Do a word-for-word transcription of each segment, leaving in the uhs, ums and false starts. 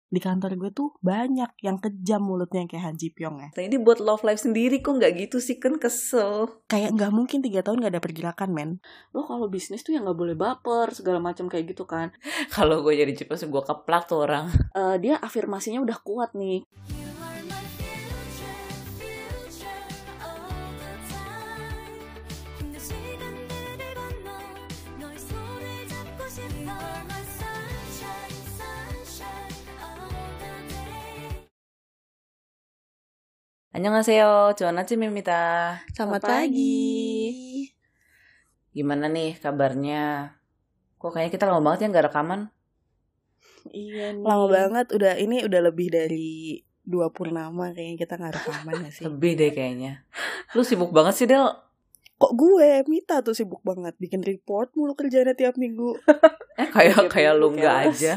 di kantor gue tuh banyak yang kejam mulutnya kayak Han Ji Pyong ya. Nah, ini buat love life sendiri kok nggak gitu sih, kan kesel. Kayak nggak mungkin tiga tahun nggak ada pergerakan, men. Lo kalau bisnis tuh ya nggak boleh baper segala macam kayak gitu kan. Kalau gue jadi Cipos gue keplak tuh orang. Uh, dia afirmasinya udah kuat nih. 안녕하세요. 저는 아침입니다. Selamat pagi. Gimana nih kabarnya? Kok kayaknya kita lama banget ya nggak rekaman? Iya nih. Lama banget, udah ini udah lebih dari dua purnama kayaknya kita nggak rekaman ya sih. Lebih deh kayaknya. Lu sibuk banget sih, Del. Kok gue Mita tuh sibuk banget bikin report mulu kerjanya tiap minggu. Eh kayak Tiap kayak lu minggu nggak kelas. aja.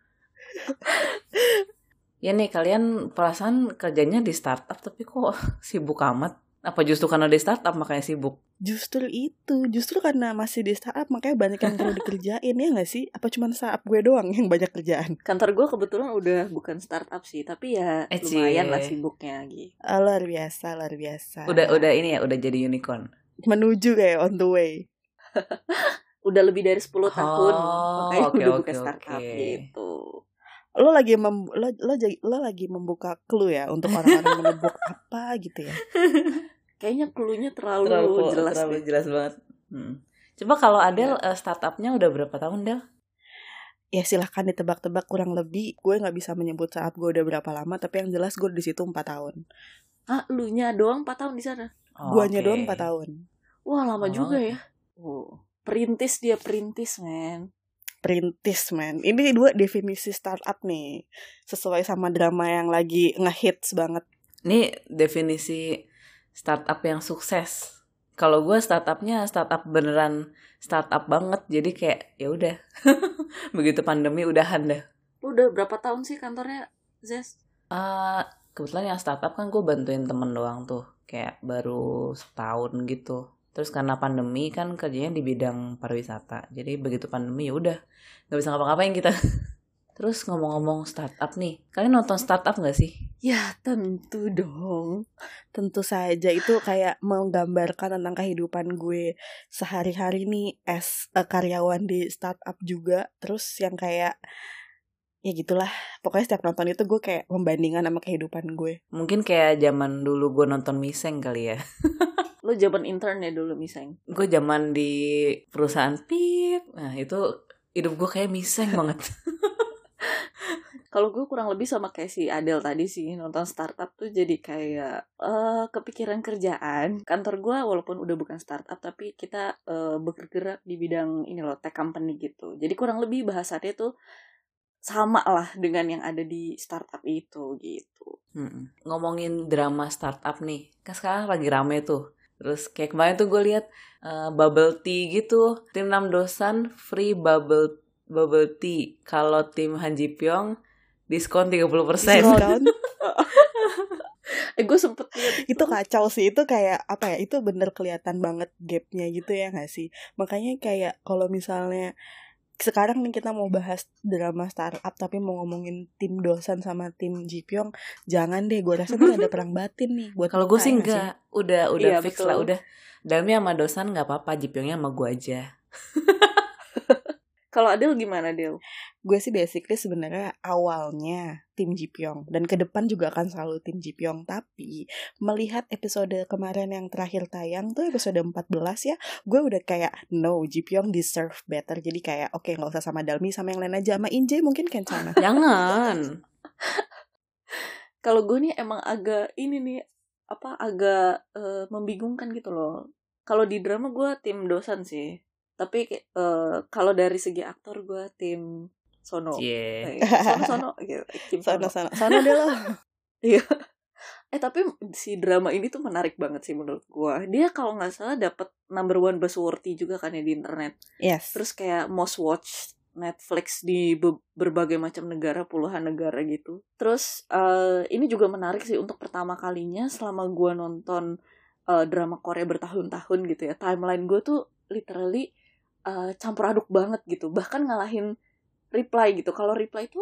Ya nih, kalian perasaan kerjanya di startup tapi kok sibuk amat? Apa justru karena di startup makanya sibuk? Justru itu, justru karena masih di startup makanya banyak yang perlu dikerjain, ya nggak sih? Apa cuma startup gue doang yang banyak kerjaan? Kantor gue kebetulan udah bukan startup sih, tapi ya Eh, lumayan cie. lah sibuknya gitu. Ah, luar biasa, luar biasa. Udah udah ini ya, udah jadi unicorn. Menuju kayak on the way. Udah lebih dari sepuluh tahun, Oh, makanya oke, udah oke, bukan startup oke. gitu. Lo lagi mem- lo, lo, jadi- lo lagi membuka clue ya untuk orang-orang menebak apa gitu ya. Kayaknya cluenya terlalu, Terlalu jelas terlalu deh. jelas banget. Hmm. Coba kalau Adel eh, startupnya udah berapa tahun, Del? Ya silahkan ditebak-tebak, kurang lebih gue nggak bisa menyebut saat gue udah berapa lama, tapi yang jelas gue di situ empat tahun. Ah, lu nya doang empat tahun di sana. Oh, Guanya oke. doang empat tahun. Wah, lama Oh. juga ya. Oh. Perintis dia perintis, men. Perintis, man. Ini dua definisi startup nih, sesuai sama drama yang lagi ngehits banget. Ini definisi startup yang sukses. Kalau gue startupnya startup beneran startup banget, jadi kayak ya udah. Begitu pandemi udahan dah. Lu udah berapa tahun sih kantornya, Zes? Uh, kebetulan yang startup kan gue bantuin temen doang tuh, kayak baru setahun gitu. Terus karena pandemi kan kerjanya di bidang pariwisata, jadi begitu pandemi ya udah nggak bisa ngapa-ngapain kita. Terus ngomong-ngomong startup nih, kalian nonton startup nggak sih? Ya tentu dong. Tentu saja, itu kayak menggambarkan tentang kehidupan gue sehari-hari nih as a karyawan di startup juga. Terus yang kayak ya gitulah, pokoknya setiap nonton itu gue kayak membandingkan sama kehidupan gue. Mungkin kayak zaman dulu gue nonton Miseng kali ya. Lo zaman intern ya dulu, Miseng? Gue zaman di perusahaan pip, nah itu hidup gue kayak Miseng banget. Kalau gue kurang lebih sama kayak si Adel tadi sih, nonton startup tuh jadi kayak uh, kepikiran kerjaan. Kantor gue walaupun udah bukan startup, tapi kita uh, bergerak di bidang ini loh, tech company gitu. Jadi kurang lebih bahasannya tuh sama lah dengan yang ada di startup itu gitu. Hmm. Ngomongin drama startup nih, kan sekarang lagi rame tuh. Terus kayak kemarin tuh gue lihat uh, bubble tea gitu, tim enam dosan free bubble bubble tea. Kalau tim Han Ji Pyong diskon tiga puluh persen. Diskon. Eh gue sempet lihat itu. Itu kacau sih, itu kayak apa ya, itu bener kelihatan banget gapnya gitu ya gak sih. Makanya kayak kalau misalnya sekarang nih kita mau bahas drama startup tapi mau ngomongin tim dosan sama tim Ji Pyong, jangan deh, gue rasa nih ada perang batin nih buat Kalau gue kita, sih ya enggak, udah udah Iya, fix betul. lah, udah dalamnya sama dosan nggak apa-apa, Ji Pyongnya sama gue aja. Kalau Adel gimana, Del? Gue sih basically sebenarnya awalnya tim Ji Pyong dan ke depan juga akan selalu tim Ji Pyong, tapi melihat episode kemarin yang terakhir tayang tuh episode empat belas ya, gue udah kayak no, Ji Pyong deserve better. Jadi kayak oke, okay, nggak usah sama Dalmi, sama yang lain aja, sama Injae mungkin kencana. Jangan. Kalau gue nih emang agak ini nih apa agak uh, membingungkan gitu loh. Kalau di drama gue tim dosan sih. Tapi uh, kalau dari segi aktor gue tim Sono. Yeah. Sono Sono gitu. Kim Sono Sono. Sono Sono deh lo. Iya. Eh tapi si drama ini tuh menarik banget sih menurut gue. Dia kalau nggak salah dapat number one buzzworthy juga kan ya di internet. Yes. Terus kayak most watched Netflix di be- berbagai macam negara, puluhan negara gitu. Terus uh, ini juga menarik sih untuk pertama kalinya selama gue nonton uh, drama Korea bertahun-tahun gitu ya. Timeline gue tuh literally uh, campur aduk banget gitu. Bahkan ngalahin Reply gitu. Kalau Reply tuh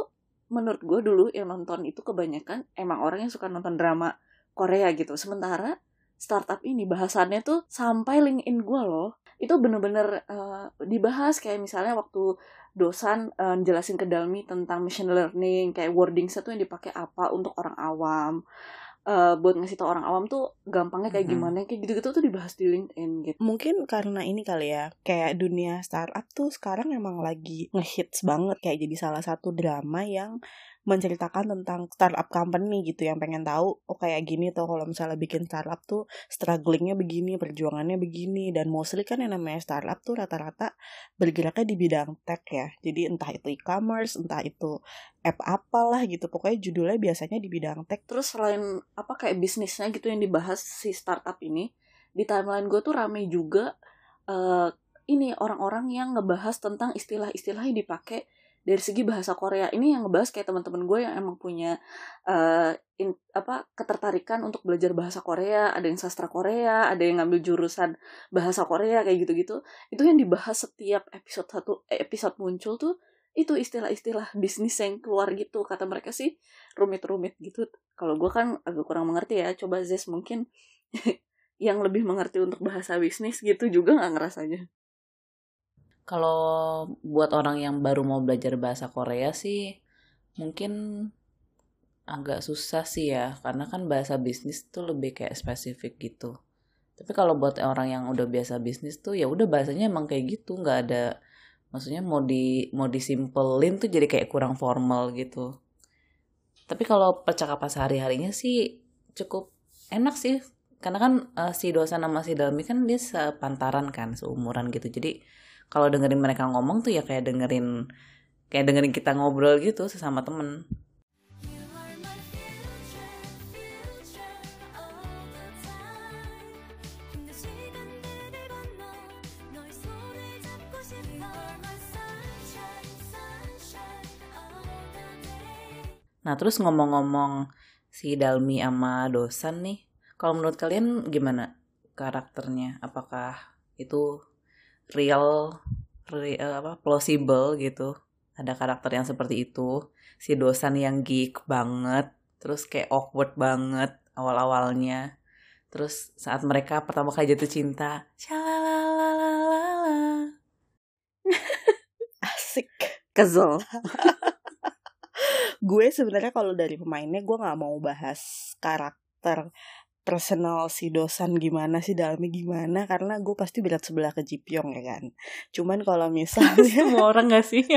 menurut gue dulu yang nonton itu kebanyakan emang orang yang suka nonton drama Korea gitu. Sementara startup ini bahasannya tuh sampai LinkedIn gue loh. Itu bener-bener uh, dibahas kayak misalnya waktu dosen uh, jelasin ke Dalmi tentang machine learning, kayak wording-nya tuh yang dipakai apa untuk orang awam. Uh, buat ngasih tau orang awam tuh gampangnya kayak Mhm. gimana, kayak gitu-gitu tuh dibahas di LinkedIn gitu. Mungkin karena ini kali ya, kayak dunia startup tuh sekarang emang lagi ngehits banget, kayak jadi salah satu drama yang menceritakan tentang startup company gitu, yang pengen tahu oh kayak gini tuh kalau misalnya bikin startup tuh strugglingnya begini, perjuangannya begini. Dan mostly kan yang namanya startup tuh rata-rata bergeraknya di bidang tech ya, jadi entah itu e-commerce, entah itu app apalah gitu, pokoknya judulnya biasanya di bidang tech. Terus selain apa kayak bisnisnya gitu yang dibahas si startup ini, di timeline gue tuh rame juga uh, ini orang-orang yang ngebahas tentang istilah-istilah yang dipakai dari segi bahasa Korea. Ini yang ngebahas kayak teman-teman gue yang emang punya uh, in, apa ketertarikan untuk belajar bahasa Korea, ada yang sastra Korea, ada yang ngambil jurusan bahasa Korea kayak gitu-gitu. Itu yang dibahas setiap episode satu episode muncul tuh itu istilah-istilah bisnis yang keluar gitu. Kata mereka sih rumit-rumit gitu. Kalau gue kan agak kurang mengerti ya. Coba Zes mungkin yang lebih mengerti untuk bahasa bisnis gitu juga nggak ngerasanya. Kalau buat orang yang baru mau belajar bahasa Korea sih mungkin agak susah sih ya, karena kan bahasa bisnis tuh lebih kayak spesifik gitu. Tapi kalau buat orang yang udah biasa bisnis tuh ya udah bahasanya emang kayak gitu, nggak ada, maksudnya mau di mau disimpelin tuh jadi kayak kurang formal gitu. Tapi kalau percakapan sehari-harinya sih cukup enak sih, karena kan uh, si dosen sama si Dalmi kan dia sepantaran kan, seumuran gitu. Jadi kalau dengerin mereka ngomong tuh ya kayak dengerin kayak dengerin kita ngobrol gitu sesama temen. Nah terus ngomong-ngomong si Dalmi sama dosen nih, kalau menurut kalian gimana karakternya? Apakah itu real, real apa plausible gitu? Ada karakter yang seperti itu, si dosen yang geek banget, terus kayak awkward banget awal-awalnya, terus saat mereka pertama kali jatuh cinta, shalalalala, Asik. Kesel. Gue sebenarnya kalau dari pemainnya gue nggak mau bahas karakter personal si dosan gimana, si Dalmi gimana, karena gue pasti berat sebelah ke Ji Pyong ya kan. Cuman kalau misalnya semua orang nggak sih?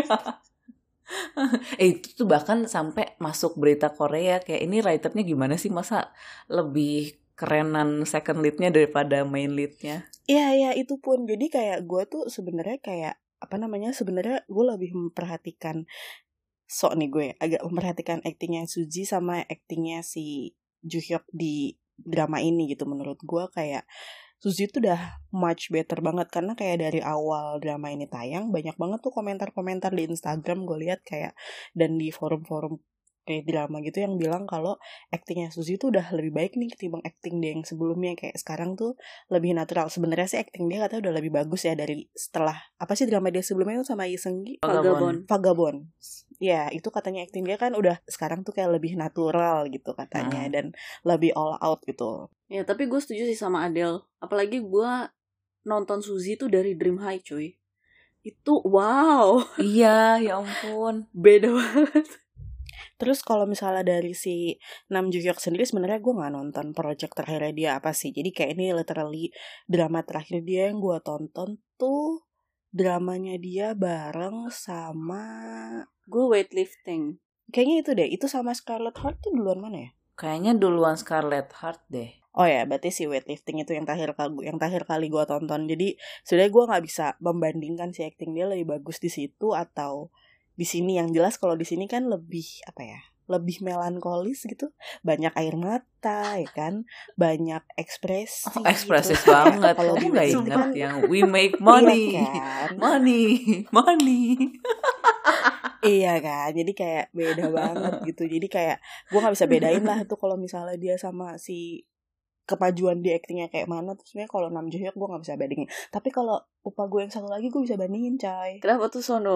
eh itu tuh bahkan sampai masuk berita Korea kayak ini writernya gimana sih, masa lebih kerenan second leadnya daripada main leadnya. Iya iya itu pun, jadi kayak gue tuh sebenarnya kayak apa namanya, sebenarnya gue lebih memperhatikan sok nih gue agak memperhatikan aktingnya Suji sama aktingnya si Ju Hyuk di drama ini gitu. Menurut gue kayak Suji tuh udah much better banget, karena kayak dari awal drama ini tayang banyak banget tuh komentar-komentar di Instagram gue lihat kayak, dan di forum-forum kayak drama gitu yang bilang kalau aktingnya Suzy tuh udah lebih baik nih ketimbang akting dia yang sebelumnya. Kayak sekarang tuh lebih natural. Sebenarnya sih akting dia katanya udah lebih bagus ya dari setelah apa sih drama dia sebelumnya tuh sama Lee Seung-gi, Vagabond. Vagabond. Ya itu katanya akting dia kan udah sekarang tuh kayak lebih natural gitu katanya, Hmm. dan lebih all out gitu. Ya tapi gue setuju sih sama Adele. Apalagi gue nonton Suzy tuh dari Dream High cuy. Itu wow. Iya ya ampun, beda banget. Terus kalau misalnya dari si Nam Joo Hyuk sendiri, sebenarnya gue nggak nonton project terakhirnya dia apa sih. Jadi kayak ini literally drama terakhir dia yang gue tonton tuh dramanya dia bareng sama, gue weightlifting. kayaknya itu deh. Itu sama Scarlett Heart tuh duluan mana ya? kayaknya duluan Scarlett Heart deh. Oh ya, berarti si weightlifting itu yang terakhir kali yang terakhir kali gue tonton. Jadi sebenarnya gue nggak bisa membandingkan si acting dia lebih bagus di situ atau di sini. Yang jelas kalau di sini kan lebih apa ya, lebih melankolis gitu, banyak air mata ya kan, banyak ekspresi. Oh, ekspresif terus banget. kalau Kamu di nggak Weightlifting ingat kan, yang we make money, iya kan? money, money. Iya kan, jadi kayak beda banget gitu. Jadi kayak gue nggak bisa bedain lah tuh kalau misalnya dia sama si kemajuan di aktingnya kayak mana. Terus sebenarnya kalau Nam Joo Hyuk gue nggak bisa bandingin. Tapi kalau upa gue yang satu lagi gue bisa bandingin coy. Kenapa tuh Sono?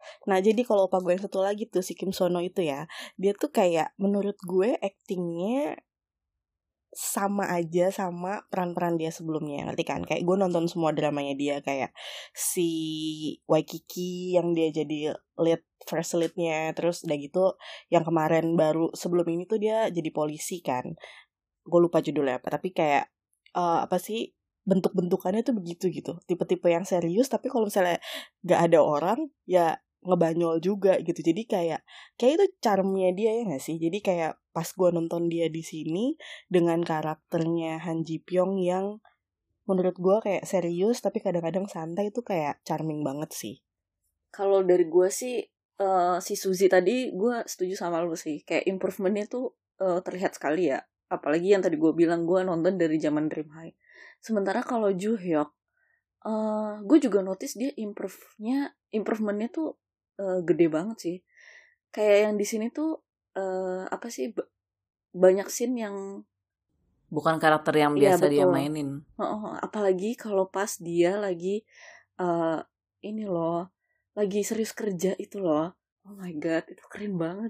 Nah jadi kalau opa gue yang satu lagi tuh si Kim Sono itu ya, dia tuh kayak menurut gue actingnya sama aja sama peran-peran dia sebelumnya, ngerti kan? Kayak gue nonton semua dramanya dia, kayak si Waikiki yang dia jadi lead first leadnya, terus udah gitu yang kemarin baru sebelum ini tuh dia jadi polisi kan, gue lupa judulnya apa, tapi kayak uh, apa sih bentuk-bentukannya tuh begitu gitu, tipe-tipe yang serius tapi kalau misalnya gak ada orang ya ngebanyol juga gitu. Jadi kayak kayak itu charmnya dia ya nggak sih. Jadi kayak pas gue nonton dia di sini dengan karakternya Han Ji Pyong yang menurut gue kayak serius tapi kadang-kadang santai, itu kayak charming banget sih. Kalau dari gue sih uh, si Suzy tadi gue setuju sama lu sih, kayak improvementnya tuh uh, terlihat sekali ya. Apalagi yang tadi gue bilang gue nonton dari zaman Dream High. Sementara kalau Joo Hyuk, uh, gue juga notice dia improve-nya, improvementnya tuh uh, gede banget sih. Kayak yang di sini tuh uh, apa sih b- banyak scene yang bukan karakter yang iya, biasa dia betul. mainin. Uh, uh, apalagi kalau pas dia lagi uh, ini loh, lagi serius kerja itu loh. Oh my god, itu keren banget.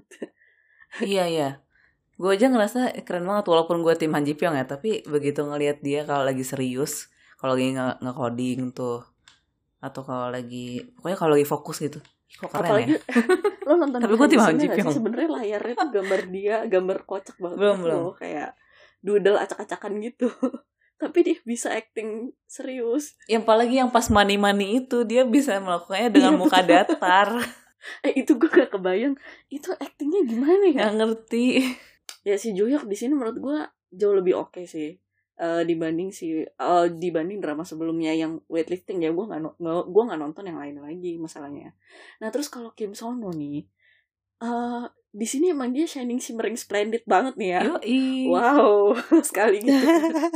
Iya iya. Gue aja ngerasa keren banget walaupun gue tim Han Ji Pyong ya, tapi begitu ngelihat dia kalau lagi serius, kalau lagi nge- nge-coding tuh, atau kalau lagi pokoknya kalau lagi fokus gitu, kok keren Apalagi ya. lo nonton Tapi gue tim Han Ji nggak sih, Pyong. sebenarnya layarnya tuh gambar dia, gambar kocak banget Belum, gitu belum. loh, kayak doodle acak-acakan gitu. Tapi dia bisa acting serius. Yang apalagi yang pas mani-mani itu dia bisa melakukannya dengan Iya, muka betul. datar. Eh itu gue gak kebayang itu actingnya gimana ya. Nggak ngerti. Ya si Joo Hyuk di sini menurut gue jauh lebih oke okay sih uh, dibanding si uh, dibanding drama sebelumnya yang weightlifting ya. Gue nggak no, gue nggak nonton yang lain lagi masalahnya. Nah terus kalau Kim Sono nih, uh, di sini emang dia shining shimmering splendid banget nih ya. Yoi. Wow sekali gitu.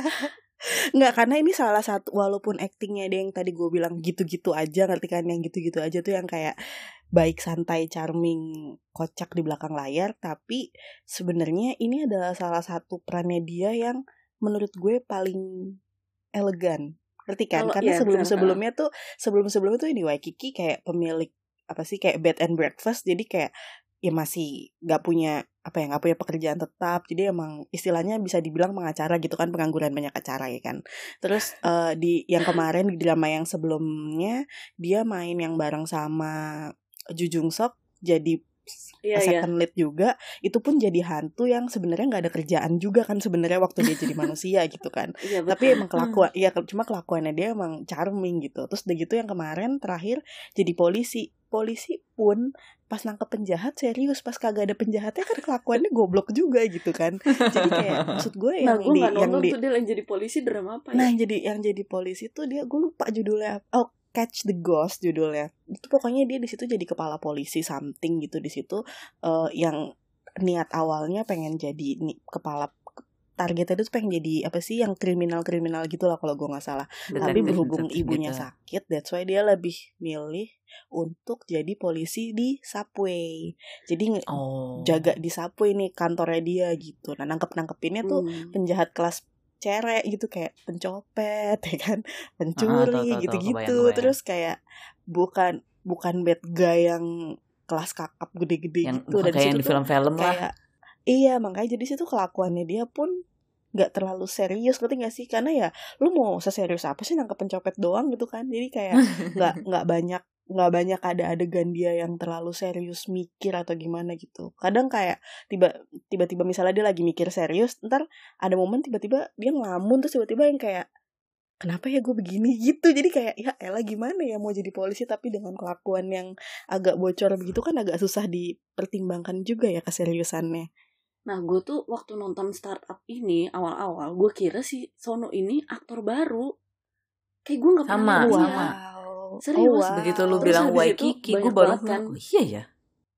Nggak, karena ini salah satu, walaupun actingnya dia yang tadi gue bilang gitu-gitu aja, ngerti kan, yang gitu-gitu aja tuh yang kayak baik, santai, charming, kocak di belakang layar, tapi sebenarnya ini adalah salah satu perannya dia yang menurut gue paling elegan, ngerti kan? Kalau Karena ya, sebelum-sebelumnya tuh sebelum-sebelumnya tuh ini Waikiki kayak pemilik apa sih, kayak bed and breakfast, jadi kayak ya masih nggak punya apa ya nggak punya pekerjaan tetap, jadi emang istilahnya bisa dibilang pengacara gitu kan, pengangguran banyak acara ya kan. Terus uh, di yang kemarin di drama yang sebelumnya dia main yang bareng sama Ju Jung Sok jadi iya, second iya. lead juga, itu pun jadi hantu yang sebenarnya nggak ada kerjaan juga kan sebenarnya waktu dia jadi manusia gitu kan. Iya, Tapi emang kelakuan ya cuma kelakuannya dia emang charming gitu. Terus udah gitu yang kemarin terakhir jadi polisi. Polisi pun pas nangkep penjahat serius, pas kagak ada penjahatnya kan kelakuannya goblok juga gitu kan. Jadi kayak maksud gue nah yang gue di nggak yang nonton di tuh dia yang jadi polisi drama apa ya. nah jadi yang jadi polisi tuh dia, gue lupa judulnya. Oh, Catch the Ghost judulnya. Itu pokoknya dia di situ jadi kepala polisi something gitu di situ, uh, yang niat awalnya pengen jadi nih, kepala targetnya itu pengen jadi apa sih yang kriminal-kriminal gitu lah kalau gue nggak salah. Detektif, Tapi berhubung detektif ibunya gitu. sakit, that's why dia lebih milih untuk jadi polisi di subway. Jadi Oh. jaga di subway nih kantornya dia gitu. Nah nangkep-nangkepinnya tuh Hmm. penjahat kelas cerek gitu, kayak pencopet ya kan, Ah, pencuri tahu, tahu, tahu. gitu-gitu. Kebayang, kebayang. Terus kayak bukan bukan bad guy yang kelas kakap gede-gede Yang gitu. Dan kayak yang situ di tuh film-film lah. kayak iya, makanya jadi situ kelakuannya dia pun nggak terlalu serius, ngerti nggak sih? Karena ya lu mau seserius apa sih nangkep pencopet doang gitu kan? Jadi kayak nggak nggak banyak nggak banyak ada adegan dia yang terlalu serius mikir atau gimana gitu. Kadang kayak tiba tiba-tiba misalnya dia lagi mikir serius, ntar ada momen tiba-tiba dia ngelamun, terus tiba-tiba yang kayak kenapa ya gue begini gitu. Jadi kayak ya elah gimana ya mau jadi polisi tapi dengan kelakuan yang agak bocor begitu kan agak susah dipertimbangkan juga ya keseriusannya. Nah gue tuh waktu nonton startup ini awal-awal gue kira si Sono ini aktor baru, kayak gue nggak pernah Sama, lihat dia. sama. Serius. Oh, wow. Begitu lu Terus bilang habis itu Waikiki, gue banyak baru banget kan. bilang, oh, iya ya.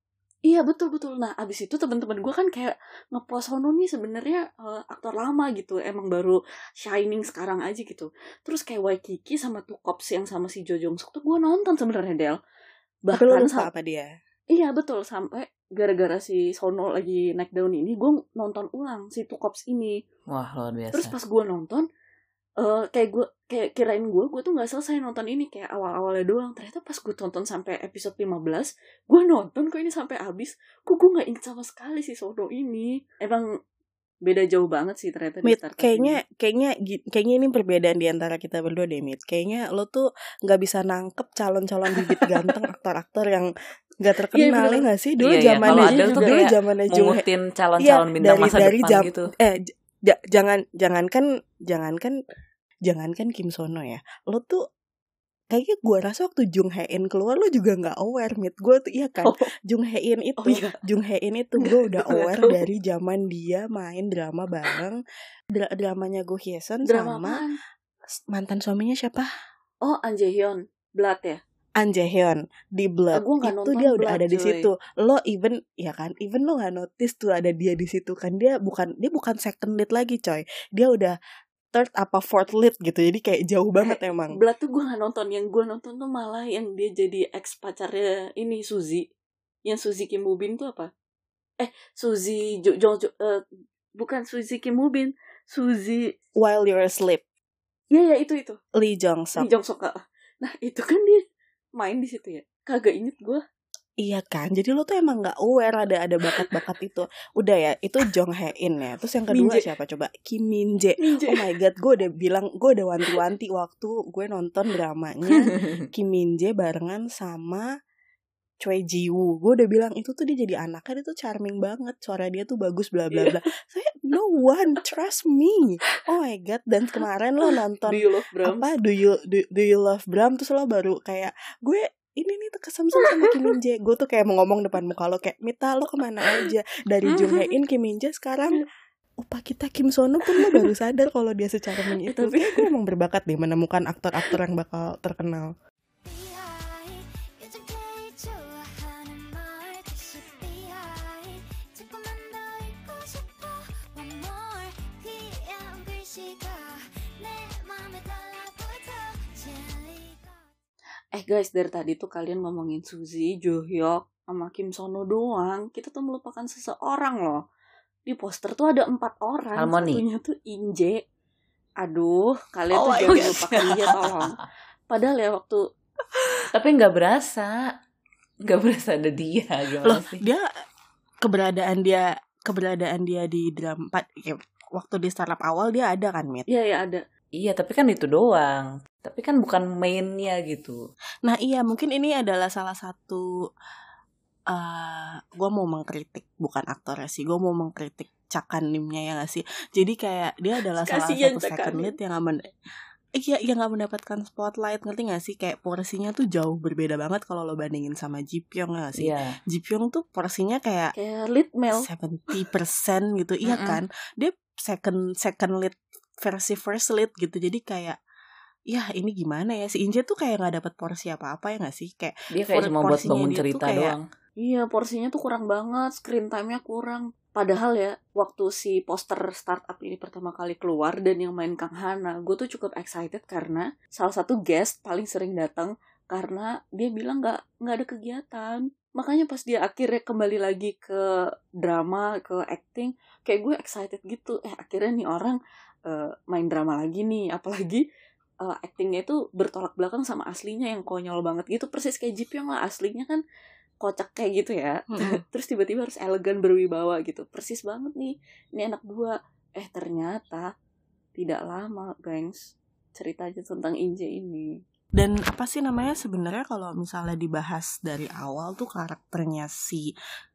Iya betul-betul. Nah abis itu teman-teman gue kan kayak ngepost Sono nih sebenarnya uh, aktor lama gitu, emang baru shining sekarang aja gitu. Terus kayak Waikiki sama Two Cops yang sama si Jo Jung Suk tuh gue nonton sebenarnya Del. Tapi lu Bahkan lupa sam- apa dia? iya betul, sampai gara-gara si Sono lagi naik daun ini gue nonton ulang si Two Cops ini. Wah, luar biasa. Terus pas gue nonton uh, kayak gue kayak kirain gue gue tuh nggak selesai nonton ini kayak awal-awalnya doang. Ternyata pas gue tonton sampai episode lima belas, gue nonton kok ini sampai habis, kok gue nggak inget sama sekali si Sono ini. Emang beda jauh banget sih ternyata di Mit, startup kayaknya ini. kayaknya gi- kayaknya ini perbedaan di antara kita berdua deh, Mit. Kayaknya lo tuh nggak bisa nangkep calon-calon bibit ganteng aktor-aktor yang nggak terkenal, bener. ya nggak sih? Dulu Iya, iya. zamannya Kalau Adele Adele juga tuh dulu kayak zamannya Jung Hae. mungutin Iya, calon-calon bintang dari masa dari depan jam gitu. eh j- j- jangan jangankan jangankan jangankan Kim Sono ya. Lo tuh kayaknya gue rasa waktu Jung Hae In keluar lo juga nggak aware, Mit. Gue tuh iya kan, Oh, Jung Hae In itu oh iya. Jung Hae In itu Nggak, gue udah gue nggak aware tahu. dari zaman dia main drama bareng dra- dramanya Go Hye-sun Drama sama apaan? s- mantan suaminya siapa? Oh, An Jae-hyun, Blood ya? An Jae-hyun di Ah, Blood. gue nggak Itu nonton dia udah Blood, ada di coy. situ. Lo even ya kan, even lo nggak notice tuh ada dia di situ kan. Dia bukan dia bukan second lead lagi, coy. Dia udah third apa fourth lead gitu. Jadi kayak jauh banget Eh, emang. Blood tuh gue gak nonton. Yang gue nonton tuh malah yang dia jadi ex pacarnya ini Suzy. Yang Suzy Kim Woo Bin tuh apa? Eh Suzy Jo Jo, Jo eh, bukan Suzy Kim Woo Bin, Suzy. While You're Asleep, Ya ya itu itu Lee Jong Lee Suk. Jong Suk. Nah itu kan dia main di situ ya. Kagak inget gue. Iya kan, jadi lo tuh emang nggak aware ada ada bakat-bakat itu. Udah ya, itu Jong Hae In ya. Terus yang kedua Min Jae. siapa coba? Kim Min Jae. Min Jae. Oh my god, gue udah bilang, gue udah wanti-wanti waktu gue nonton dramanya Kim Min Jae barengan sama Choi Ji Woo. Gue udah bilang itu tuh dia jadi anaknya, dia tuh charming banget, suara dia tuh bagus bla bla bla. Saya no one trust me. Oh my god, dan kemarin lo nonton Do You Love Bram? apa? Do you do, do you love Bram? Terus lo baru kayak gue ini nih kesamsam sama Kim Min Jae. Gue tuh kayak mau ngomong depan muka lo kayak, Mita lo kemana aja? Dari Jung Hae In, Kim Min Jae, sekarang opa kita Kim Sono pun lo baru sadar kalau dia secara Eh, itu. tapi Kayak gue emang berbakat nih menemukan aktor-aktor yang bakal terkenal. Eh guys, dari tadi tuh kalian ngomongin Suzy, Jo Hyuk, sama Kim Sono doang. Kita tuh melupakan seseorang loh. Di poster tuh ada empat orang. Harmony. Satunya tuh Inje. Aduh, kalian Oh tuh my jangan God. lupakan dia tolong. Padahal ya waktu Tapi nggak berasa, nggak berasa ada dia gimana Loh, sih? dia keberadaan dia keberadaan dia di drama ya, waktu di startup awal dia ada kan, Mit? Iya ya ada. Iya, tapi kan itu doang. Tapi kan bukan mainnya gitu. Nah iya, mungkin ini adalah salah satu uh, gue mau mengkritik, bukan aktornya sih, gue mau mengkritik Cakanim-nya ya gak sih. Jadi kayak dia adalah salah Kasian satu second Cakanim. lead yang gak men- Iya, yang gak mendapatkan spotlight, ngerti gak sih? Kayak porsinya tuh jauh berbeda banget kalau lo bandingin sama Ji Pyong ya gak sih? Iya. Ji Pyong tuh porsinya kayak Kayak lead male. tujuh puluh persen gitu, iya Mm-mm. kan? Dia second second lead versi first lead gitu. Jadi kayak ya ini gimana ya, si Inje tuh kayak nggak dapat porsi apa-apa ya nggak sih, kayak Dia kayak por- cuma buat porsinya bangun dia tuh cerita kayak- doang. Iya, porsinya tuh kurang banget, screen time-nya kurang. Padahal ya, waktu si poster startup ini pertama kali keluar dan yang main Kang Hana, gue tuh cukup excited karena salah satu guest paling sering datang karena dia bilang nggak nggak ada kegiatan. Makanya pas dia akhirnya kembali lagi ke drama, ke acting, kayak gue excited gitu. Eh akhirnya nih orang uh, main drama lagi nih, apalagi uh, actingnya itu bertolak belakang sama aslinya yang konyol banget gitu, persis kayak Ji Pyong lah, aslinya kan kocak kayak gitu ya. Mm-mm. Terus tiba-tiba harus elegan berwibawa gitu, persis banget nih ini anak dua. Eh ternyata tidak lama gengs ceritanya tentang Inje ini. Dan apa sih namanya sebenarnya kalau misalnya dibahas dari awal tuh karakternya si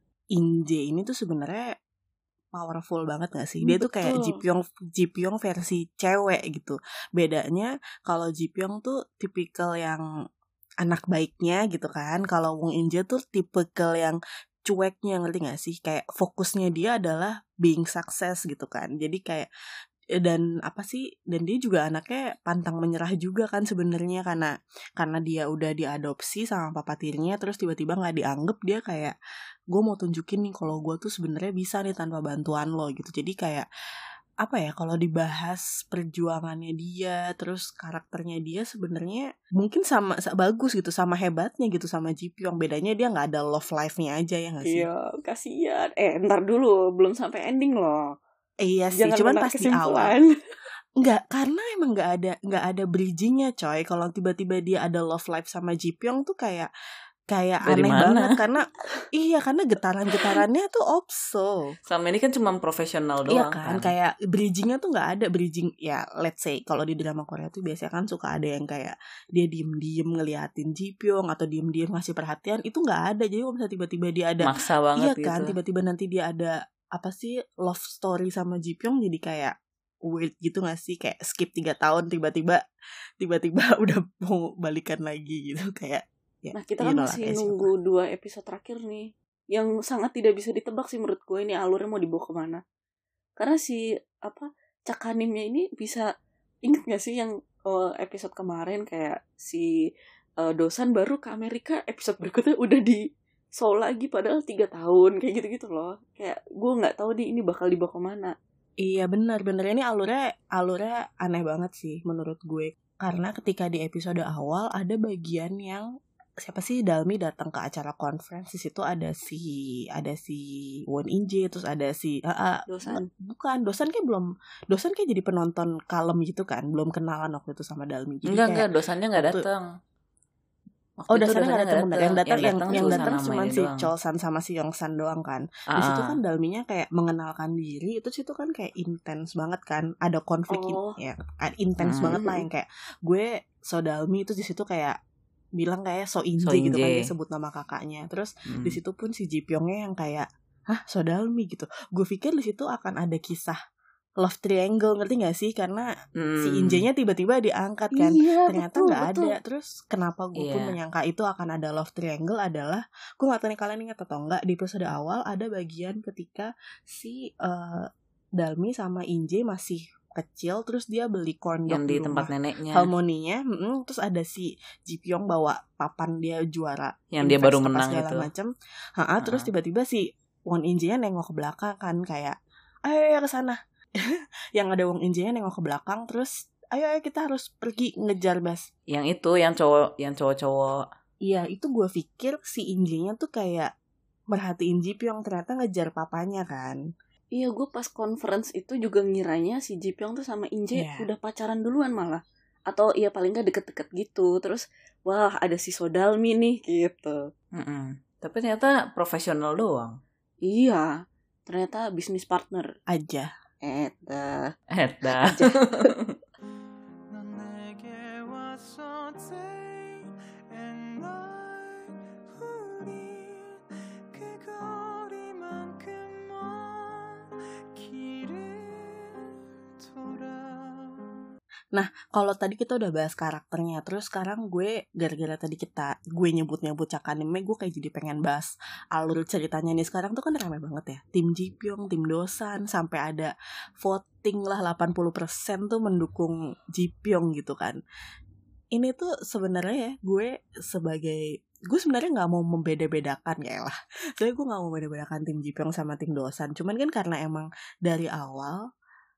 Inje ini tuh sebenarnya powerful banget gak sih? Dia tuh kayak Betul. Ji Pyong, Ji Pyong versi cewek gitu. Bedanya kalau Ji Pyong tuh tipikal yang anak baiknya gitu kan. Kalau Wong Inje tuh tipikal yang cueknya, ngerti gak sih? Kayak fokusnya dia adalah being success gitu kan. Jadi kayak dan apa sih, dan dia juga anaknya pantang menyerah juga kan sebenarnya, karena karena dia udah diadopsi sama papa tirinya, terus tiba-tiba nggak dianggap, dia kayak gue mau tunjukin nih kalau gue tuh sebenarnya bisa nih tanpa bantuan lo gitu. Jadi kayak apa ya, kalau dibahas perjuangannya dia terus karakternya dia sebenarnya mungkin sama, sama bagus gitu, sama hebatnya gitu sama Ji Pyong. Bedanya dia nggak ada love life-nya aja ya nggak sih? Iya, kasihan. Eh, ntar dulu, belum sampai ending loh. Iya sih, Jangan cuman menarik pas di awal kesimpulan. Enggak, karena emang nggak ada nggak ada bridgingnya coy. Kalau tiba-tiba dia ada love life sama Ji Pyong tuh kayak kayak Dari aneh mana? banget karena iya karena getaran-getarannya tuh opso. Sama ini kan cuma profesional doang Iya kan, kan. kayak bridgingnya tuh nggak ada bridging ya. Let's say kalau di drama Korea tuh biasanya kan suka ada yang kayak dia diem-diem ngeliatin Ji Pyong atau diem-diem ngasih perhatian, itu nggak ada. Jadi kalau misalnya tiba-tiba dia ada Maksa banget iya gitu. kan, tiba-tiba nanti dia ada apa sih love story sama Ji Pyong, jadi kayak weird gitu gak sih, kayak skip tiga tahun tiba-tiba tiba-tiba udah mau balikan lagi gitu kayak ya, Nah kita you kan know lah, masih kayak nunggu dua episode terakhir nih, yang sangat tidak bisa ditebak sih menurut gue ini alurnya mau dibawa kemana. Karena si apa Cakanimnya ini bisa, inget gak sih yang uh, episode kemarin kayak si uh, Dosan baru ke Amerika, episode berikutnya udah di Seoul lagi padahal tiga tahun kayak gitu-gitu loh. Kayak gue nggak tahu nih ini bakal dibawa kemana. Iya benar-benar ini alurnya alurnya aneh banget sih menurut gue, karena ketika di episode awal ada bagian yang siapa sih Dalmi datang ke acara conference, di situ ada si ada si Won In-jae, terus ada si uh, uh, Dosan bukan Dosan kayak belum Dosan kayak jadi penonton kalem gitu kan, belum kenalan waktu itu sama Dalmi. Jadi enggak kayak, enggak dosannya nggak waktu, datang. Waktu oh itu dasarnya nggak datang bener, yang datang yang yang datang cuma cuma si Cholsan sama si Yongsan doang kan. Uh-uh. Di situ kan Dalminya kayak mengenalkan diri, itu situ kan kayak intens banget kan, ada konflik oh. in, ya intens hmm. banget lah yang kayak gue so Dalmi, itu di situ kayak bilang kayak so In-jae So gitu kan, In-jae. dia sebut nama kakaknya. Terus hmm. di situ pun si Ji Pyongnya yang kayak hah so Dalmi gitu. Gue pikir di situ akan ada kisah love triangle, ngerti gak sih? Karena hmm. si In-jae-nya tiba-tiba diangkat kan. Iya, ternyata betul, gak betul. ada. Terus kenapa gue yeah. pun menyangka itu akan ada love triangle adalah, gue gak tahu nih kalian ingat atau enggak, di episode awal ada bagian ketika si uh, Dalmi sama In-jae masih kecil, terus dia beli corn dog yang di, di tempat neneknya, Harmoninya, mm-mm, terus ada si Ji Pyong bawa papan dia juara yang dia baru menang segala itu macam. Ha-ha, terus tiba-tiba si Won In-jae nengok ke belakang kan, kayak ayo ke sana. Yang ada Won In-jae nengok ke belakang, terus ayo ayo kita harus pergi ngejar Bas. Yang itu yang cowok yang cowok-cowok. Iya, itu gue pikir si In-jae-nya tuh kayak merhatiin Ji Pyong, ternyata ngejar papanya kan. Iya, gue pas conference itu juga ngiranya si Ji Pyong tuh sama In-jae yeah. udah pacaran duluan malah. Atau ya paling gak deket-deket gitu. Terus wah ada si So Dalmi nih gitu. Mm-mm. Tapi ternyata profesional doang. Iya, ternyata bisnis partner aja. Eta Eta aja. Nah, kalau tadi kita udah bahas karakternya, terus sekarang gue gara-gara tadi kita gue nyebut-nyebut Cakanime, gue kayak jadi pengen bahas alur ceritanya nih. Sekarang tuh kan ramai banget ya, tim Ji Pyong, tim Dosan, sampai ada voting lah delapan puluh persen tuh mendukung Ji Pyong gitu kan. Ini tuh sebenarnya ya, gue sebagai gue sebenarnya nggak mau membeda-bedakan ya lah. Soalnya gue nggak mau membeda-bedakan tim Ji Pyong sama tim Dosan. Cuman kan karena emang dari awal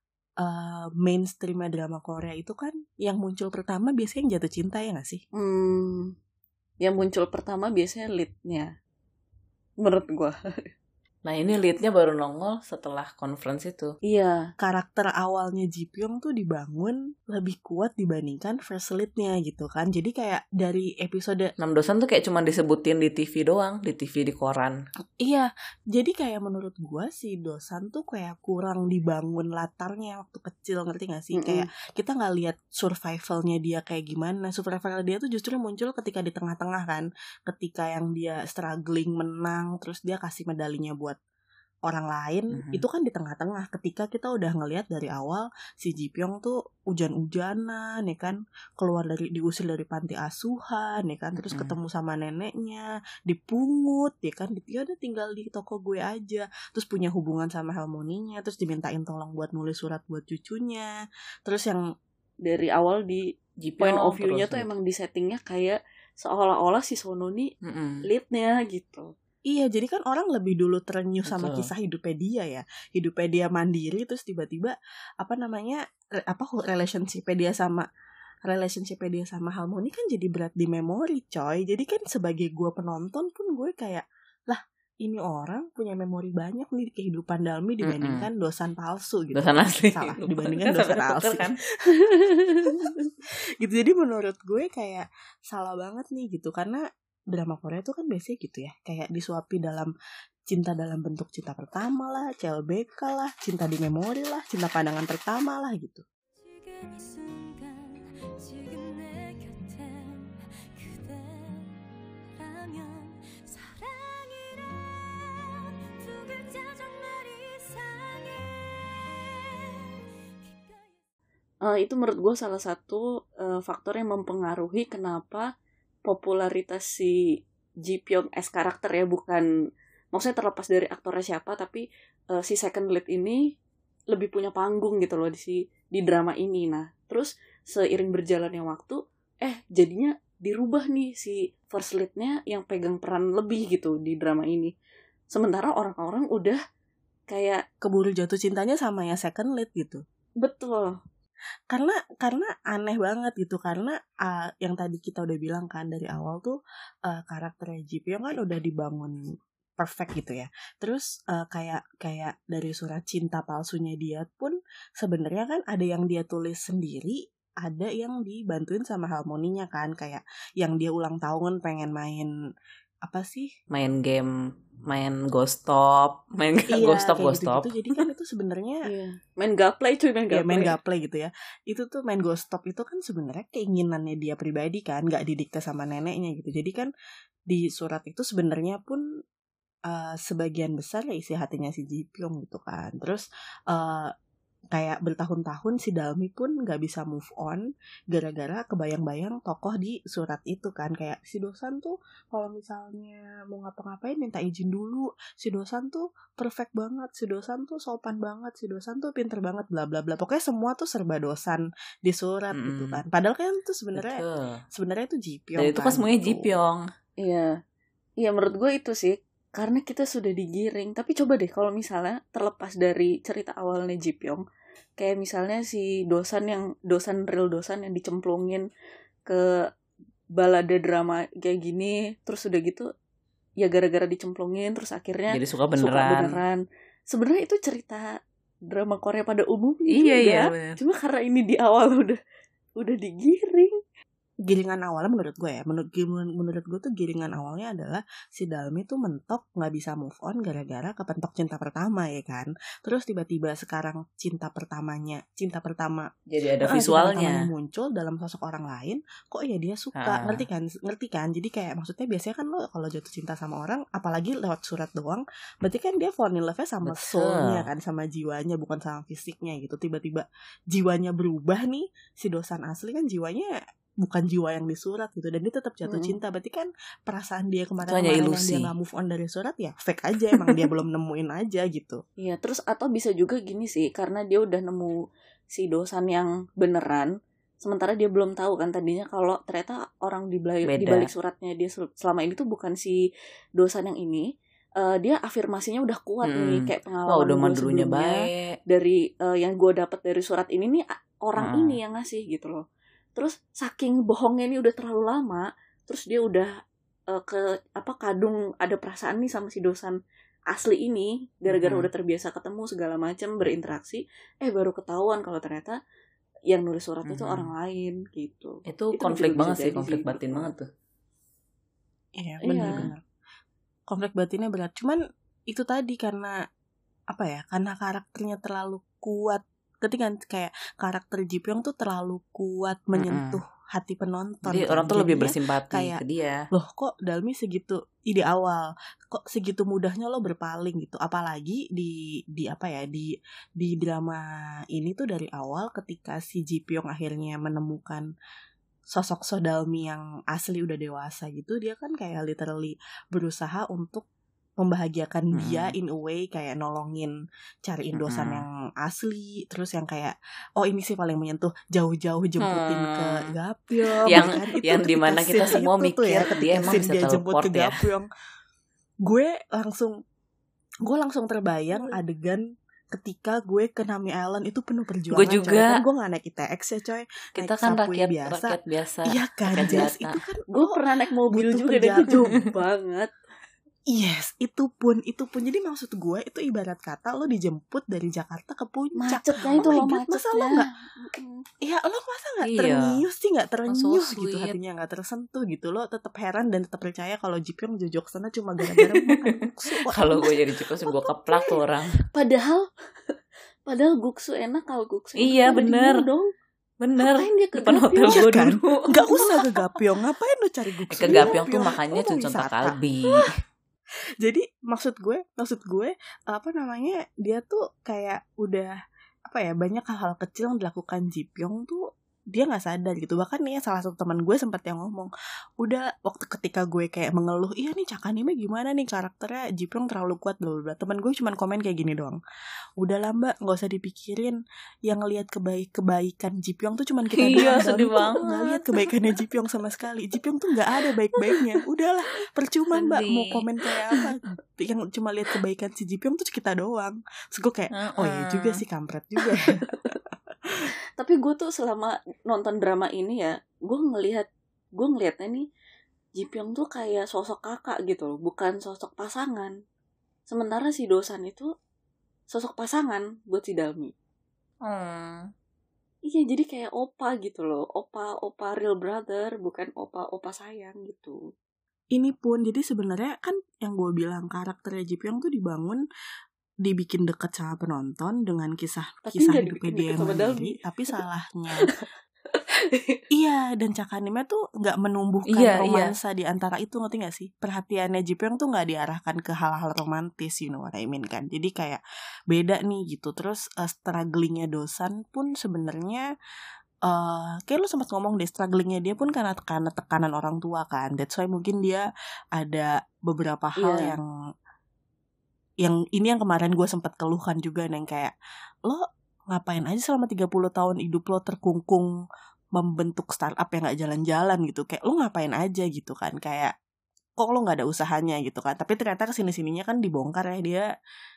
Uh, mainstream drama Korea itu kan yang muncul pertama biasanya yang jatuh cinta, ya gak sih? Hmm, yang muncul pertama biasanya lead-nya, menurut gue. Nah ini lead-nya baru nongol setelah conference itu. Iya. Karakter awalnya Ji Pyong tuh dibangun lebih kuat dibandingkan first lead-nya gitu kan. Jadi kayak dari episode enam Dosan tuh kayak cuma disebutin di T V doang, di T V, di koran. Iya, jadi kayak menurut gue si Dosan tuh kayak kurang dibangun latarnya waktu kecil, ngerti gak sih? Mm-mm. Kayak kita gak lihat survivalnya dia kayak gimana. Survival dia tuh justru muncul ketika di tengah-tengah kan. Ketika yang dia struggling menang, terus dia kasih medalinya buat orang lain, mm-hmm. itu kan di tengah-tengah. Ketika kita udah ngelihat dari awal si Ji Pyong tuh hujan-hujanan, ya kan, keluar dari diusir dari panti asuhan, ya kan, terus mm-hmm. ketemu sama neneknya, dipungut, ya kan, dia udah tinggal di toko gue aja, terus punya hubungan sama Harmoninya, terus dimintain tolong buat nulis surat buat cucunya, terus yang dari awal di Ji point Pyong of view-nya tuh gitu. Emang di settingnya kayak seolah-olah si Sono nih mm-hmm. lead-nya gitu. Iya, jadi kan orang lebih dulu terenyuh sama Betul. Kisah hidupnya dia ya. Hidupnya dia mandiri, terus tiba-tiba apa namanya, apa relationship-nya dia sama relationship-nya dia sama Harmony kan jadi berat di memori, coy. Jadi kan sebagai gue penonton pun gue kayak, lah ini orang punya memori banyak nih di kehidupan Dalmi dibandingkan Mm-mm. dosan palsu gitu. Dosan asli. Salah, Lupa. dibandingkan Kan dosan sampai asli. ketuker kan. Gitu. Jadi menurut gue kayak salah banget nih gitu, karena drama Korea itu kan biasanya gitu ya, kayak disuapi dalam cinta dalam bentuk cinta pertama lah, C L B K lah, cinta di memori lah, cinta pandangan pertama lah gitu. Uh, itu menurut gue salah satu uh, faktor yang mempengaruhi kenapa popularitas si Ji Pyong as karakter ya, bukan maksudnya terlepas dari aktornya siapa, tapi uh, si second lead ini lebih punya panggung gitu loh di si di drama ini. Nah, terus seiring berjalannya waktu, eh jadinya dirubah nih si first lead-nya yang pegang peran lebih gitu di drama ini. Sementara orang-orang udah kayak keburu jatuh cintanya sama yang second lead gitu. Betul. Karena karena aneh banget gitu, karena uh, yang tadi kita udah bilang kan dari awal tuh uh, karakternya Ji Pyong kan udah dibangun perfect gitu ya. Terus uh, kayak kayak dari surat cinta palsunya dia pun sebenarnya kan ada yang dia tulis sendiri, ada yang dibantuin sama harmoninya kan, kayak yang dia ulang tahun pengen main apa sih? Main game, main Ghost Stop, main iya, Ghost Stop, Ghost gitu, Stop. gitu. Jadi kan itu sebenarnya yeah. main gaplay cuy, main gaplay. Ya, main gaplay gitu ya. Itu tuh main Ghost Stop itu kan sebenarnya keinginannya dia pribadi kan, nggak didikte sama neneknya gitu. Jadi kan di surat itu sebenarnya pun uh, sebagian besar ya isi hatinya si Ji Pyong gitu kan. Terus uh, kayak bertahun-tahun si Dalmi pun gak bisa move on gara-gara kebayang-bayang tokoh di surat itu kan. Kayak si Dosan tuh kalau misalnya mau ngapa-ngapain minta izin dulu, si Dosan tuh perfect banget, si Dosan tuh sopan banget, si Dosan tuh pinter banget, bla bla bla. Pokoknya semua tuh serba Dosan di surat mm. gitu kan. Padahal kan itu sebenarnya sebenarnya itu Ji Pyong. Dan itu kan semuanya Ji Pyong. Iya. Iya, menurut gue itu sih karena kita sudah digiring. Tapi coba deh kalau misalnya terlepas dari cerita awalnya Ji Pyong, kayak misalnya si Dosan yang Dosan real Dosan yang dicemplungin ke balada drama kayak gini, terus udah gitu ya gara-gara dicemplungin terus akhirnya jadi suka beneran. Suka beneran. Sebenarnya itu cerita drama Korea pada umumnya. Iya juga. iya bener. Cuma karena ini di awal udah udah digiring. Giringan awalnya menurut gue ya, menurut menurut gue tuh giringan awalnya adalah si Dalmi tuh mentok nggak bisa move on gara-gara kepentok cinta pertama ya kan. Terus tiba-tiba sekarang cinta pertamanya, cinta pertama jadi ada uh, visualnya muncul dalam sosok orang lain, kok ya dia suka, ah. ngerti kan, ngerti kan. Jadi kayak maksudnya biasanya kan lo kalau jatuh cinta sama orang, apalagi lewat surat doang, berarti kan dia fall in love-nya sama soul-nya kan, sama jiwanya, bukan sama fisiknya gitu. Tiba-tiba jiwanya berubah nih, si Dosan asli kan jiwanya bukan jiwa yang di surat gitu, dan dia tetap jatuh hmm. cinta. Berarti kan perasaan dia kemarin-kemarin yang dia gak move on dari surat ya fake aja, emang dia belum nemuin aja gitu. Iya, terus atau bisa juga gini sih, karena dia udah nemu si Dosan yang beneran, sementara dia belum tahu kan tadinya kalau ternyata orang di balik, di balik suratnya dia selama ini tuh bukan si Dosan yang ini. Uh, dia afirmasinya udah kuat hmm. nih, kayak pengalaman oh, udah gue sebelumnya baik. Dari uh, yang gue dapet dari surat ini nih orang hmm. ini yang ngasih gitu loh. Terus saking bohongnya ini udah terlalu lama, terus dia udah uh, ke apa kadung ada perasaan nih sama si Dosan asli ini, gara-gara hmm. udah terbiasa ketemu segala macam berinteraksi, eh baru ketahuan kalau ternyata yang nulis surat itu hmm. orang lain gitu. Itu, itu konflik banget sih, konflik batin gitu. Banget tuh. Iya, benar-benar. Konflik batinnya berat. Cuman itu tadi karena apa ya? Karena karakternya terlalu kuat. Ketika kayak karakter Ji Pyong tuh terlalu kuat menyentuh mm-hmm. hati penonton. Jadi kan? Orang tuh lebih bersimpati kayak, ke dia. Loh kok Dalmi segitu di awal kok segitu mudahnya lo berpaling gitu. Apalagi di di apa ya di di drama ini tuh dari awal ketika si Ji Pyong akhirnya menemukan sosok So Dalmi yang asli udah dewasa gitu, dia kan kayak literally berusaha untuk membahagiakan hmm. dia in a way, kayak nolongin cariin Dosan hmm. yang asli, terus yang kayak oh ini sih paling menyentuh, jauh-jauh jemputin hmm. ke Gapyeong yang kan? Itu yang dimana kita semua mikir ya, dia emang bisa dia jemput ke ya? Gapyeong. Gue langsung gue langsung terbayang adegan ketika gue ke Nami Island itu penuh perjuangan. Gue juga. Kan gue gak naik I T X ya coy. Kita naik kan rakyat biasa. rakyat biasa. Iya kan, Jess, itu kan gue oh, pernah naik mobil juga dan itu jauh banget. Yes, itu pun, itu pun. Jadi maksud gue itu ibarat kata lo dijemput dari Jakarta ke puncak. Macetnya itu Oh my loh, God, masa lo macetnya. nggak, Mm-mm. ya lo masa nggak Iya. ternius sih, nggak So terenyuh gitu sweet. hatinya, nggak tersentuh gitu. Lo tetap heran dan tetap percaya kalau Jipyong jojok sana cuma gara-gara makan buksu. Wah, Kalau gue jadi Jipyong sih gue keplak tuh orang. Padahal padahal guksu enak, kalau guksu enak Iya, tuh ada di bener. Mudong. Bener. Ngapain dia ke Depan hotel Gapyong? gue kan? dulu. nggak usah ke Gapyong, ngapain lo cari Eh, buksu ke di Gapyong tuh Gapyong? makannya Lo mau cuncun wisata. kalbi. Jadi maksud gue, maksud gue apa namanya, dia tuh kayak udah apa ya, banyak hal-hal kecil yang dilakukan Jipyong tuh dia nggak sadar gitu. Bahkan nih salah satu teman gue sempat yang ngomong, udah waktu ketika gue kayak mengeluh, iya nih Cak Anime gimana nih karakternya Jipyong terlalu kuat bla bla bla. Teman gue cuman komen kayak gini doang, udah lah mbak, nggak usah dipikirin, yang ngelihat kebaik kebaikan Jipyong tuh cuman kita Iya, doang. sedih Baru tuh banget. nggak lihat kebaikannya Jipyong sama sekali. Jipyong tuh nggak ada baik-baiknya. Udahlah, percuma mbak mau Sedih. komen kayak apa, yang cuma lihat kebaikan si Jipyong tuh kita doang. Terus gue kayak, oh iya juga sih, kampret juga. Tapi gue tuh selama nonton drama ini ya, gue ngelihat gue ngelihatnya nih Jipyong tuh kayak sosok kakak gitu loh, bukan sosok pasangan. Sementara si Dosan itu sosok pasangan buat si Dalmi. Hmm. Iya, jadi kayak opa gitu loh, opa opa real brother, bukan opa opa sayang gitu. Ini pun, jadi sebenarnya kan yang gue bilang karakternya Jipyong tuh dibangun, dibikin deket sama penonton dengan kisah Tapi kisah nggak hidupnya dibikin dia deket yang sama mandiri. Dalmi. Tapi salahnya iya, dan Cak Anime tuh nggak menumbuhkan Iya, iya. romansa di antara itu, ngerti nggak sih? Perhatiannya Jipyong tuh nggak diarahkan ke hal-hal romantis, you know what I mean kan? Jadi kayak beda nih gitu. Terus uh, strugglingnya Dosan pun sebenarnya Uh, kayak lu sempat ngomong deh, strugglingnya dia pun karena tekanan tekanan orang tua kan. That's why mungkin dia ada beberapa hal Iya. yang yang ini yang kemarin gue sempat keluhkan juga, yang kayak lo ngapain aja selama tiga puluh tahun hidup lo terkungkung membentuk startup yang gak jalan-jalan gitu. Kayak lo ngapain aja gitu kan, kayak kok lo gak ada usahanya gitu kan. Tapi ternyata kesini-sininya kan dibongkar ya, dia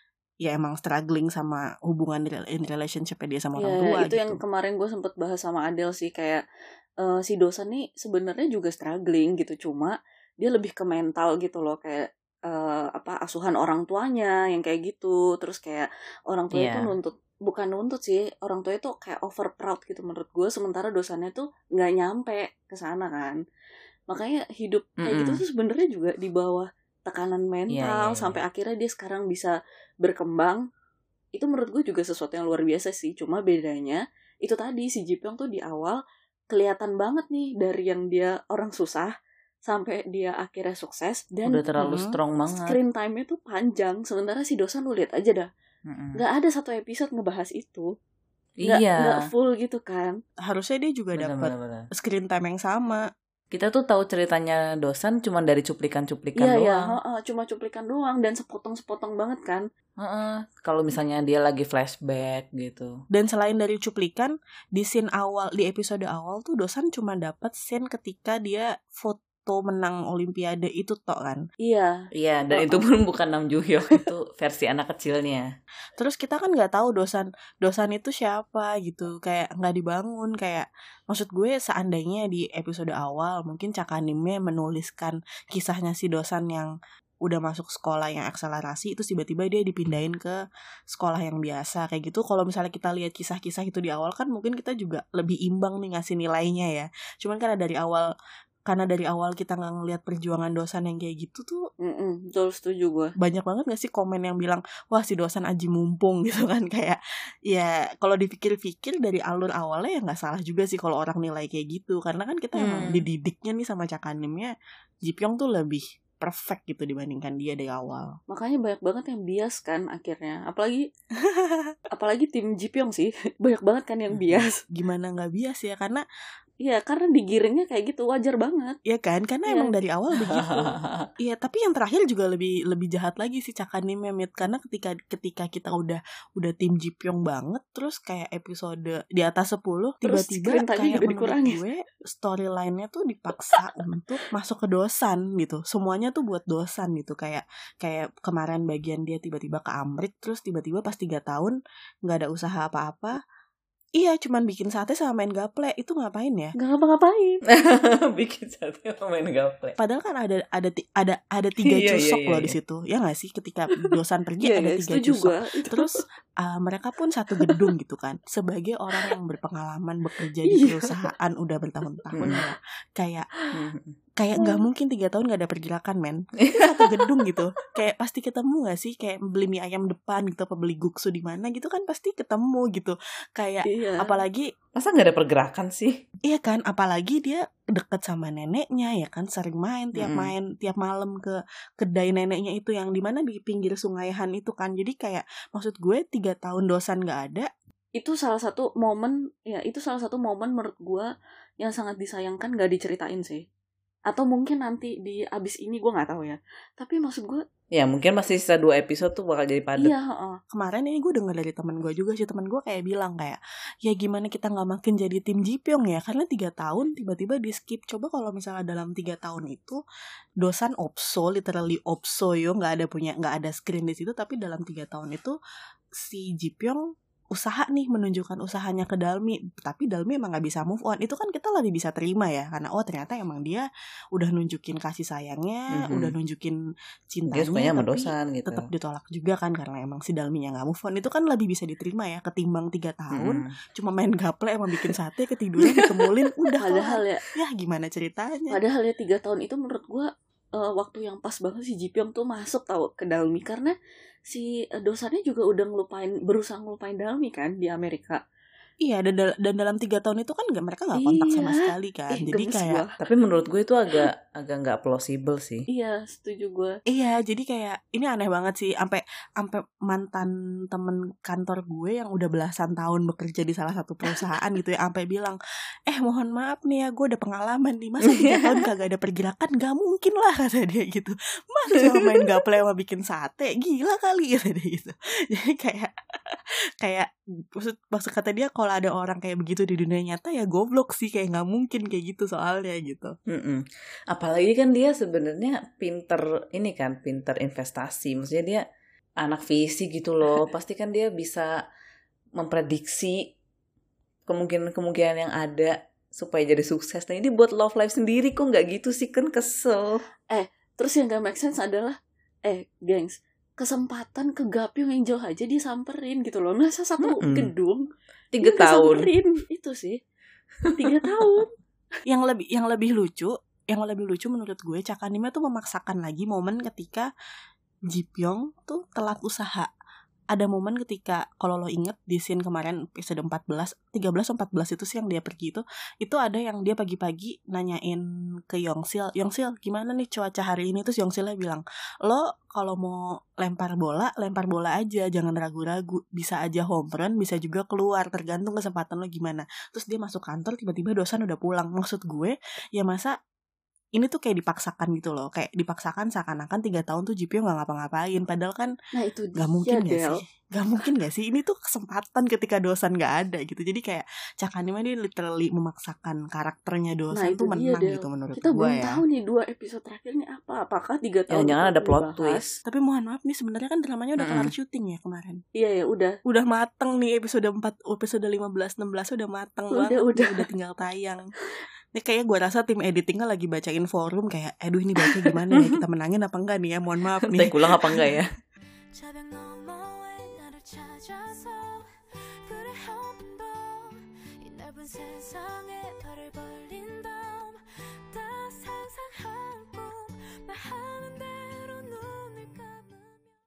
ya emang struggling sama hubungan in relationship dia sama orang Iya, tua itu gitu. yang kemarin gue sempet bahas sama Adel sih, kayak uh, si Dosan nih sebenarnya juga struggling gitu, cuma dia lebih ke mental gitu loh, kayak uh, apa asuhan orang tuanya yang kayak gitu. Terus kayak orang tua itu Iya. nuntut, bukan nuntut sih, orang tua itu kayak over proud gitu menurut gue, sementara Dosannya tuh nggak nyampe ke sana kan. Makanya hidup kayak gitu Mm-mm. tuh sebenarnya juga di bawah tekanan mental, Iya, iya, iya. sampai akhirnya dia sekarang bisa berkembang. Itu menurut gue juga sesuatu yang luar biasa sih. Cuma bedanya itu tadi, si Jipyong tuh di awal kelihatan banget nih dari yang dia orang susah sampai dia akhirnya sukses, dan Udah terlalu Mm-mm. strong banget. screen time-nya tuh panjang. Sementara si Dosan lu lihat aja dah, Mm-mm. nggak ada satu episode ngebahas itu, nggak Iya. nggak full gitu kan. Harusnya dia juga Bener, dapat bener, bener. screen time yang sama. Kita tuh tahu ceritanya Dosan cuma dari cuplikan-cuplikan Iya ya, doang. cuma cuplikan doang dan sepotong-sepotong banget kan. Heeh. Kalau misalnya dia lagi flashback gitu. Dan selain dari cuplikan, di scene awal, di episode awal tuh Dosan cuma dapat scene ketika dia foto menang Olimpiade itu tok kan. Iya. Iya, dan Oh, itu oh. pun bukan Nam Joo Hyuk, itu versi anak kecilnya. Terus kita kan nggak tahu Dosan Dosan itu siapa gitu, kayak nggak dibangun. Kayak maksud gue, seandainya di episode awal mungkin Cak Anime menuliskan kisahnya si Dosan yang udah masuk sekolah yang akselerasi, itu tiba-tiba dia dipindahin ke sekolah yang biasa kayak gitu. Kalau misalnya kita lihat kisah-kisah itu di awal kan mungkin kita juga lebih imbang nih ngasih nilainya ya. Cuman karena dari awal karena dari awal kita nggak ngelihat perjuangan Dosan yang kayak gitu tuh, Mm-mm, betul, setuju gue. banyak banget gak sih komen yang bilang, wah si Dosan aji mumpung gitu kan. Kayak ya kalau dipikir-pikir dari alur awalnya ya gak salah juga sih kalau orang nilai kayak gitu. Karena kan kita Hmm. emang dididiknya nih sama Cak Anime-nya, Jipyong tuh lebih perfect gitu dibandingkan dia dari awal. Makanya banyak banget yang bias kan akhirnya. Apalagi apalagi tim Jipyong sih. Banyak banget kan yang bias. Gimana gak bias ya, karena Iya, karena digiringnya kayak gitu, wajar banget. ya kan, karena Iya. emang dari awal begitu. Iya, tapi yang terakhir juga lebih lebih jahat lagi sih Cak Anime, Mit. Karena ketika ketika kita udah udah tim Jipyong banget, terus kayak episode di atas sepuluh, Terus tiba-tiba screen time-nya kayak juga menurut dikurangin. gue storyline-nya tuh dipaksa untuk masuk ke Dosan gitu. Semuanya tuh buat Dosan gitu. Kayak kayak kemarin bagian dia tiba-tiba ke Amrik, terus tiba-tiba pas tiga tahun nggak ada usaha apa-apa, Iya, cuman bikin sate sama main gaple. Itu ngapain ya? Gak ngapa-ngapain. Bikin sate sama main gaple. Padahal kan ada ada ada ada tiga Iya, cusok iya, loh iya, di iya. situ. Ya nggak sih, ketika dosan pergi Iya, ada iya, tiga setuju cusok. gua. Itu. Terus uh, mereka pun satu gedung gitu kan. Sebagai orang yang berpengalaman bekerja di Iya. perusahaan udah bertahun-tahun Mm. ya. Kayak Mm. kayak nggak mungkin tiga tahun nggak ada pergerakan, men. Itu satu gedung gitu. Kayak pasti ketemu nggak sih? Kayak beli mie ayam depan gitu, apa beli guksu di mana gitu kan pasti ketemu gitu. Kayak Iya. apalagi Masa nggak ada pergerakan sih? iya kan, apalagi dia deket sama neneknya ya kan, sering main tiap Mm-mm. main tiap malam ke kedai neneknya itu yang di mana di pinggir Sungai Han itu kan. Jadi kayak maksud gue tiga tahun dosan nggak ada. Itu salah satu momen, ya itu salah satu momen menurut gua yang sangat disayangkan gak diceritain sih. Atau mungkin nanti di abis ini gue nggak tahu ya. Tapi maksud gue, Ya mungkin masih sisa dua episode tuh bakal jadi padat. iya, heeh. Kemarin ini gue denger dari teman gue juga sih, teman gue kayak bilang kayak ya gimana kita nggak makin jadi tim Ji Pyong ya, karena tiga tahun tiba-tiba di skip. Coba kalau misalnya dalam tiga tahun itu dosan opso, literally opso yo, nggak ada punya nggak ada screen di situ, tapi dalam tiga tahun itu si Ji Pyong usaha nih menunjukkan usahanya ke Dalmi, tapi Dalmi emang nggak bisa move on. Itu kan kita lebih bisa terima ya, karena oh ternyata emang dia udah nunjukin kasih sayangnya, Mhm. udah nunjukin cintanya, Dia sukanya sama tapi dosan gitu. tetap ditolak juga kan karena emang si Dalminya nggak move on. Itu kan lebih bisa diterima ya ketimbang tiga tahun Mm-mm. cuma main gaple emang bikin sate, ketiduran, dikemulin, udah Padahal kelar. ya, Ya gimana ceritanya? padahal ya tiga tahun itu menurut gue uh, waktu yang pas banget si Ji Pyong tuh masuk tahu ke Dalmi, karena si uh, dosannya juga udah ngelupain, berusaha ngelupain Dalmi kan di Amerika. Iya, dan, dal- dan dalam tiga tahun itu kan gak, mereka nggak kontak sama Iya. sekali kan. Ih, Jadi gemes kayak gua. Tapi menurut gue itu agak agak nggak plausible sih. Iya, setuju gue. iya, jadi kayak ini aneh banget sih. Sampai sampai mantan temen kantor gue yang udah belasan tahun bekerja di salah satu perusahaan gitu ya, sampai bilang, eh mohon maaf nih ya, gue udah pengalaman nih, masa tiga tahun kagak ada pergerakan, gak mungkin lah kata dia gitu. Masa cuma main gaple sama bikin sate, gila kali kata dia gitu. Jadi kayak kayak maksud maksud kata dia kalau ada orang kayak begitu di dunia nyata ya goblok sih, kayak nggak mungkin kayak gitu soalnya gitu. Mm-mm. Apalagi kan dia sebenarnya pinter ini kan, pinter investasi. Maksudnya dia anak visi gitu loh. Pasti kan dia bisa memprediksi kemungkinan-kemungkinan yang ada supaya jadi sukses. Nah ini buat love life sendiri kok nggak gitu sih, kan kesel. Terus yang gak make sense adalah, eh gengs, kesempatan ke Gapyong yang jauh aja disamperin gitu loh. Masa satu Mm-mm. gedung Tiga dia nggak tahun. samperin, itu sih tiga tahun. Yang lebih yang lebih lucu, yang lebih lucu menurut gue, Cak Anime tuh memaksakan lagi momen ketika Ji Pyong tuh telat usaha. Ada momen ketika, kalau lo inget di scene kemarin episode empat belas, tiga belas atau empat belas itu sih yang dia pergi itu, itu ada yang dia pagi-pagi nanyain ke Yongsil, Yongsil gimana nih cuaca hari ini? Terus Yongsilnya bilang, lo kalau mau lempar bola, lempar bola aja, jangan ragu-ragu, bisa aja home run, bisa juga keluar, tergantung kesempatan lo gimana. Terus dia masuk kantor, tiba-tiba dosan udah pulang. Maksud gue, ya masa ini tuh kayak dipaksakan gitu loh, kayak dipaksakan seakan-akan tiga tahun tuh Ji Pyong nggak ngapa-ngapain, padahal kan Nah itu dia, nggak mungkin nggak Del. sih, nggak mungkin nggak sih, ini tuh kesempatan ketika dosan nggak ada gitu. Jadi kayak Cak Anime ini literally memaksakan karakternya Nah dosan itu tuh dia, menang Del. gitu menurut Kita gue belum ya. tahu nih dua episode terakhirnya apa. Apakah tiga tahun Jangan-jangan itu ada akan plot dibahas? twist. Tapi mohon maaf nih, sebenarnya kan dramanya udah kelar Mm-mm. syuting ya kemarin. Iya ya udah. Udah mateng nih episode empat, episode lima belas, enam belas udah mateng Udah, banget. udah. Nih, udah tinggal tayang. Ini kayaknya gue rasa tim editingnya lagi bacain forum kayak, aduh ini baca gimana ya, kita menangin apa enggak nih ya, mohon maaf nih. Take ulang apa enggak ya? 저벽 너머에 나를 찾아서 그래 한 번 더 이 넓은 세상에 발을 벌린 다음 다 상상한 꿈 말하는 대로 눈을 감으면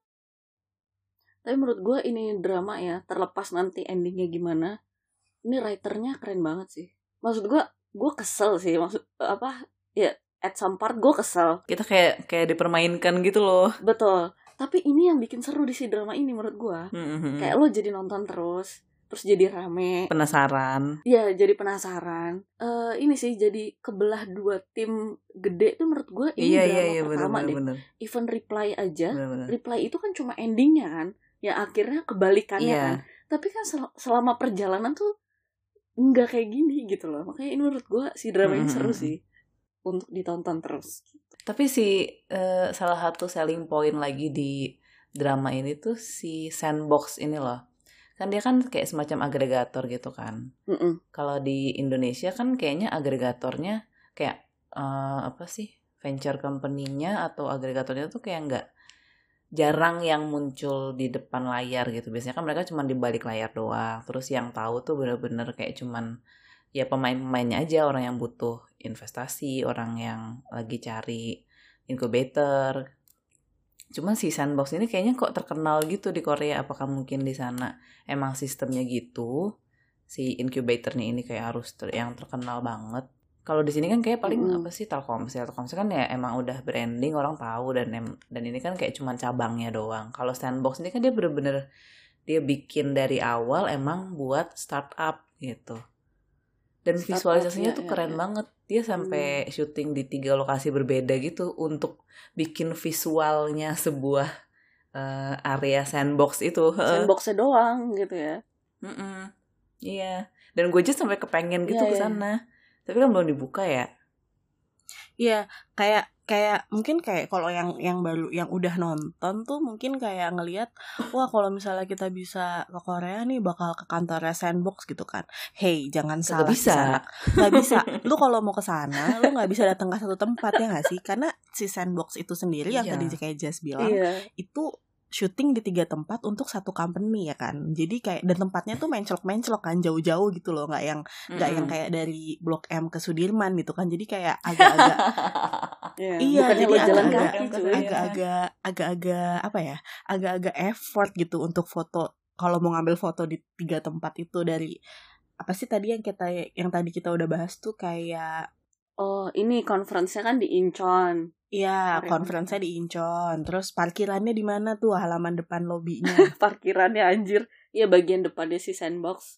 Tapi menurut gue ini drama ya, terlepas nanti endingnya gimana, ini writernya keren banget sih. Maksud gue, gue kesel sih, maksud apa ya, at some part gue kesel, Kita kayak kayak dipermainkan gitu loh. betul. Tapi ini yang bikin seru di si drama ini menurut gue. Mm-mm. Kayak lo jadi nonton terus, terus jadi rame, Penasaran. ya jadi penasaran. Eh ini sih jadi kebelah dua tim gede tuh menurut gue ini Iya drama iya iya pertama deh. benar-benar. Even Reply aja, Benar-benar. Reply itu kan cuma endingnya kan, ya akhirnya kebalikannya Iya. kan. Tapi kan sel- selama perjalanan tuh nggak kayak gini gitu loh. Makanya ini menurut gue si drama ini seru Mm-mm. sih untuk ditonton terus. Tapi si eh, salah satu selling point lagi di drama ini tuh si sandbox ini loh. Kan dia kan kayak semacam agregator gitu kan. Mm-mm. Kalau di Indonesia kan kayaknya agregatornya kayak uh, apa sih, venture company-nya atau agregatornya tuh kayak nggak, jarang yang muncul di depan layar gitu. Biasanya kan mereka cuma di balik layar doang. Terus yang tahu tuh bener-bener kayak cuman ya pemain-pemainnya aja, orang yang butuh investasi, orang yang lagi cari incubator. Cuma si Sandbox ini kayaknya kok terkenal gitu di Korea. Apakah mungkin di sana emang sistemnya gitu? Si incubatornya ini kayak harus ter- yang terkenal banget. Kalau di sini kan kayak paling Mm-mm. apa sih, Telkomsel. Telkomsel kan ya emang udah branding, orang tahu, dan em- dan ini kan kayak cuman cabangnya doang. Kalau Sandbox ini kan dia bener-bener dia bikin dari awal emang buat startup gitu. Dan Startup, visualisasinya ya, tuh ya, keren ya. banget. Dia sampai syuting di tiga lokasi berbeda gitu untuk bikin visualnya sebuah uh, area sandbox itu. Sandbox-nya doang gitu ya. Mm-mm. Iya. Dan gue aja sampai kepengen gitu Iya, ke iya. sana. Tapi kan belum dibuka ya. Iya, kayak kayak mungkin kayak kalau yang yang baru yang udah nonton tuh mungkin kayak ngelihat, wah kalau misalnya kita bisa ke Korea nih bakal ke kantornya Sandbox gitu kan. Hey, jangan Kagak salah bisa. Kisanak. Nggak bisa. Lu kalau mau ke sana, lu nggak bisa datang ke satu tempat ya nggak sih? Karena si Sandbox itu sendiri yang Iya. tadi kayak Jess bilang Iya. itu syuting di tiga tempat untuk satu company ya kan. Jadi kayak dan tempatnya tuh menclok-menclok kan, jauh-jauh gitu loh, nggak yang nggak yang Mm-mm. kayak dari Blok M ke Sudirman gitu kan. Jadi kayak agak-agak Iya, Iya, bukannya jadi lo jalan agak-agak kaki cuy. Iya. agak-agak agak-agak apa ya? Agak-agak effort gitu untuk foto. Kalau mau ngambil foto di tiga tempat itu dari apa sih tadi yang kita yang tadi kita udah bahas tuh kayak Oh, ini conference-nya kan di Incheon. iya, Korea. conference-nya di Incheon. Terus parkirannya di mana tuh? Halaman depan lobinya. Parkirannya anjir. Iya, bagian depannya si Sandbox.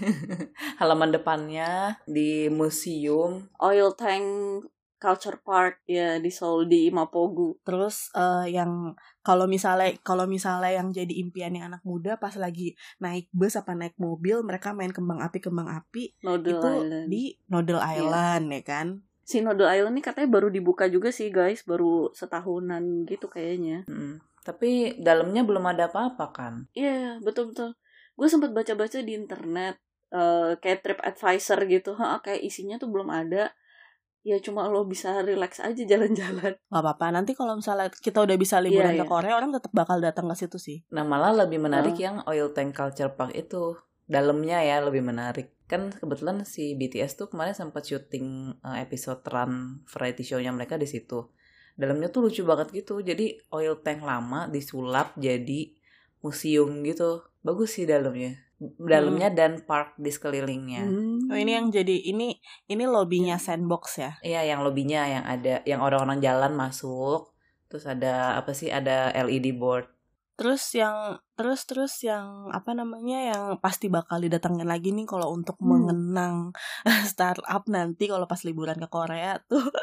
Halaman depannya di museum. Oil Tank Culture Park ya di Seoul di Mapogu. Terus eh, yang kalau misalnya kalau misalnya yang jadi impiannya anak muda pas lagi naik bus apa naik mobil mereka main kembang api kembang api Noodle itu Island. di Noodle Island ya kan. Si Noodle Island ini katanya baru dibuka juga sih guys, baru setahunan gitu kayaknya. Mm. Tapi dalamnya belum ada apa-apa kan? Iya, yeah, betul-betul. Gue sempat baca-baca di internet uh, kayak TripAdvisor gitu, ha, kayak isinya tuh belum ada. Ya cuma lo bisa relax aja jalan-jalan. Gak apa-apa, nanti kalau misalnya kita udah bisa liburan Iya, ke iya. Korea orang tetap bakal datang ke situ sih. Nah malah lebih menarik Uh. yang Oil Tank Culture Park itu. Dalamnya ya lebih menarik. Kan kebetulan si B T S tuh kemarin sempat syuting uh, episode run variety show-nya mereka di situ. Dalamnya tuh lucu banget gitu. Jadi oil tank lama disulap jadi museum gitu. Bagus sih dalamnya. Dalamnya hmm. dan park di sekelilingnya. Hmm. Oh, ini yang jadi ini ini lobinya Sandbox ya. Iya, yang lobinya yang ada yang orang-orang jalan masuk. Terus ada apa sih? Ada L E D board. Terus yang terus terus yang apa namanya yang pasti bakal didatengin lagi nih kalau untuk hmm. mengenang startup nanti kalau pas liburan ke Korea tuh.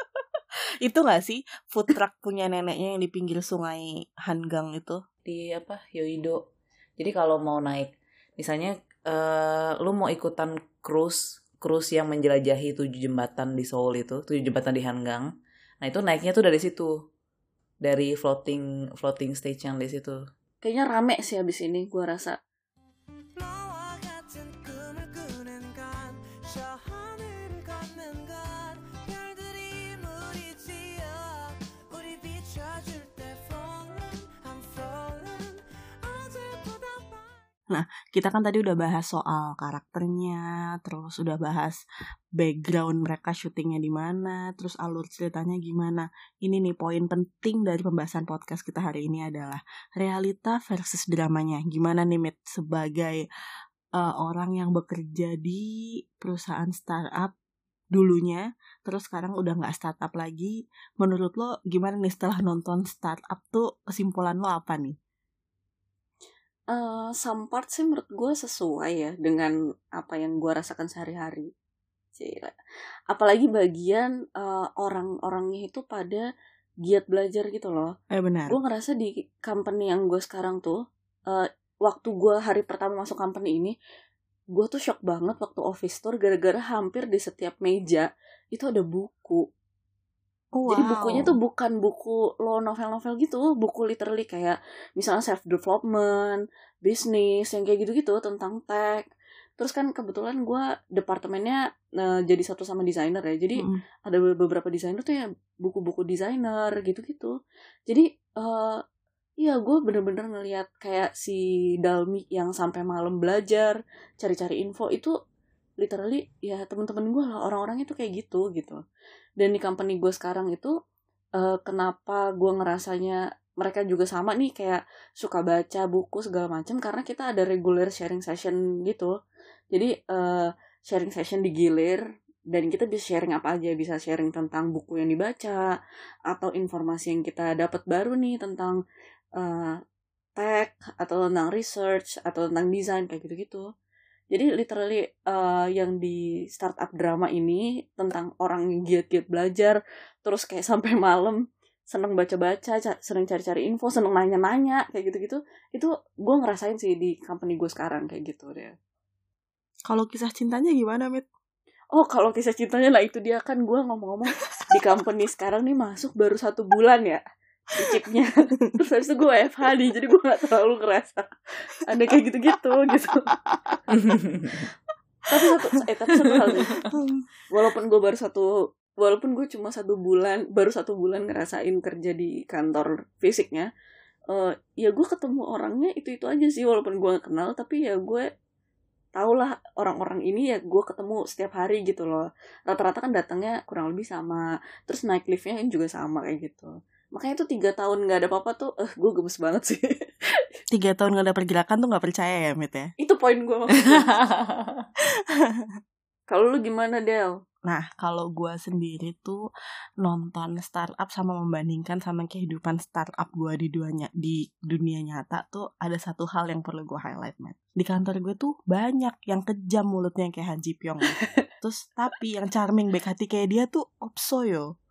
Itu nggak sih food truck punya neneknya yang di pinggir sungai Hangang itu di apa Yoido. Jadi kalau mau naik misalnya uh, lu mau ikutan cruise cruise yang menjelajahi tujuh jembatan di Seoul itu, tujuh jembatan di Hangang. Nah, itu naiknya tuh dari situ. Dari floating floating stage yang di situ. Kayaknya rame sih abis ini gua rasa. Nah, kita kan tadi udah bahas soal karakternya, terus udah bahas background mereka syutingnya di mana, terus alur ceritanya gimana. Ini nih poin penting dari pembahasan podcast kita hari ini adalah realita versus dramanya. Gimana nih Mit sebagai uh, orang yang bekerja di perusahaan startup dulunya, terus sekarang udah nggak startup lagi. Menurut lo gimana nih setelah nonton startup tuh kesimpulan lo apa nih? Uh, some part sih menurut gue sesuai ya dengan apa yang gue rasakan sehari-hari. Cila. Apalagi bagian uh, orang-orangnya itu pada giat belajar gitu loh. Eh benar. Gue ngerasa di company yang gue sekarang tuh, uh, waktu gue hari pertama masuk company ini, gue tuh shock banget waktu office tour gara-gara hampir di setiap meja itu ada buku. Wow. Jadi bukunya tuh bukan buku lo novel-novel gitu, buku literally kayak misalnya self development, bisnis, yang kayak gitu-gitu tentang tech. Terus kan kebetulan gue departemennya uh, jadi satu sama desainer ya. Jadi mm. ada beberapa desainer tuh yang buku-buku desainer gitu-gitu. Jadi uh, iya gue bener-bener ngelihat kayak si Dalmi yang sampai malam belajar, cari-cari info itu literally ya teman-teman gue lah, orang-orangnya tuh kayak gitu gitu. Dan di company gue sekarang itu uh, kenapa gue ngerasanya mereka juga sama nih, kayak suka baca buku segala macam, karena kita ada regular sharing session gitu. Jadi uh, sharing session digilir dan kita bisa sharing apa aja, bisa sharing tentang buku yang dibaca atau informasi yang kita dapat baru nih tentang uh, tech atau tentang research atau tentang desain kayak gitu-gitu. Jadi literally uh, yang di startup drama ini tentang orang yang giat-giat belajar terus kayak sampai malam, seneng baca-baca, seneng cari-cari info, seneng nanya-nanya kayak gitu-gitu. Itu gue ngerasain sih di company gue sekarang kayak gitu deh. Kalau kisah cintanya gimana, Mit? Oh, kalau kisah cintanya lah itu dia kan gue ngomong-ngomong di company sekarang nih masuk baru satu bulan ya cicipnya. Terus habis itu gue W F H nih, jadi gue gak terlalu ngerasa ada kayak gitu-gitu gitu. tapi satu eh tapi satu hal nih, walaupun gue baru satu walaupun gue cuma satu bulan baru satu bulan ngerasain kerja di kantor fisiknya, uh, ya gue ketemu orangnya itu itu aja sih, walaupun gue gak kenal, tapi ya gue tau lah orang-orang ini ya gue ketemu setiap hari gitu loh. Rata-rata kan datangnya kurang lebih sama, terus naik liftnya juga sama kayak gitu. Makanya tuh tiga tahun gak ada apa-apa tuh, eh uh, gue gemes banget sih. Tiga tahun gak ada pergerakan tuh gak percaya ya, Mit ya? Itu poin gue maksudnya. Kalau lu gimana, Del? Nah, kalau gue sendiri tuh nonton startup sama membandingkan sama kehidupan startup gue di dunia, di dunia nyata tuh ada satu hal yang perlu gue highlight, man. Di kantor gue tuh banyak yang kejam mulutnya kayak Han Ji Pyong. Terus tapi yang charming baik hati kayak dia tuh Opso yo.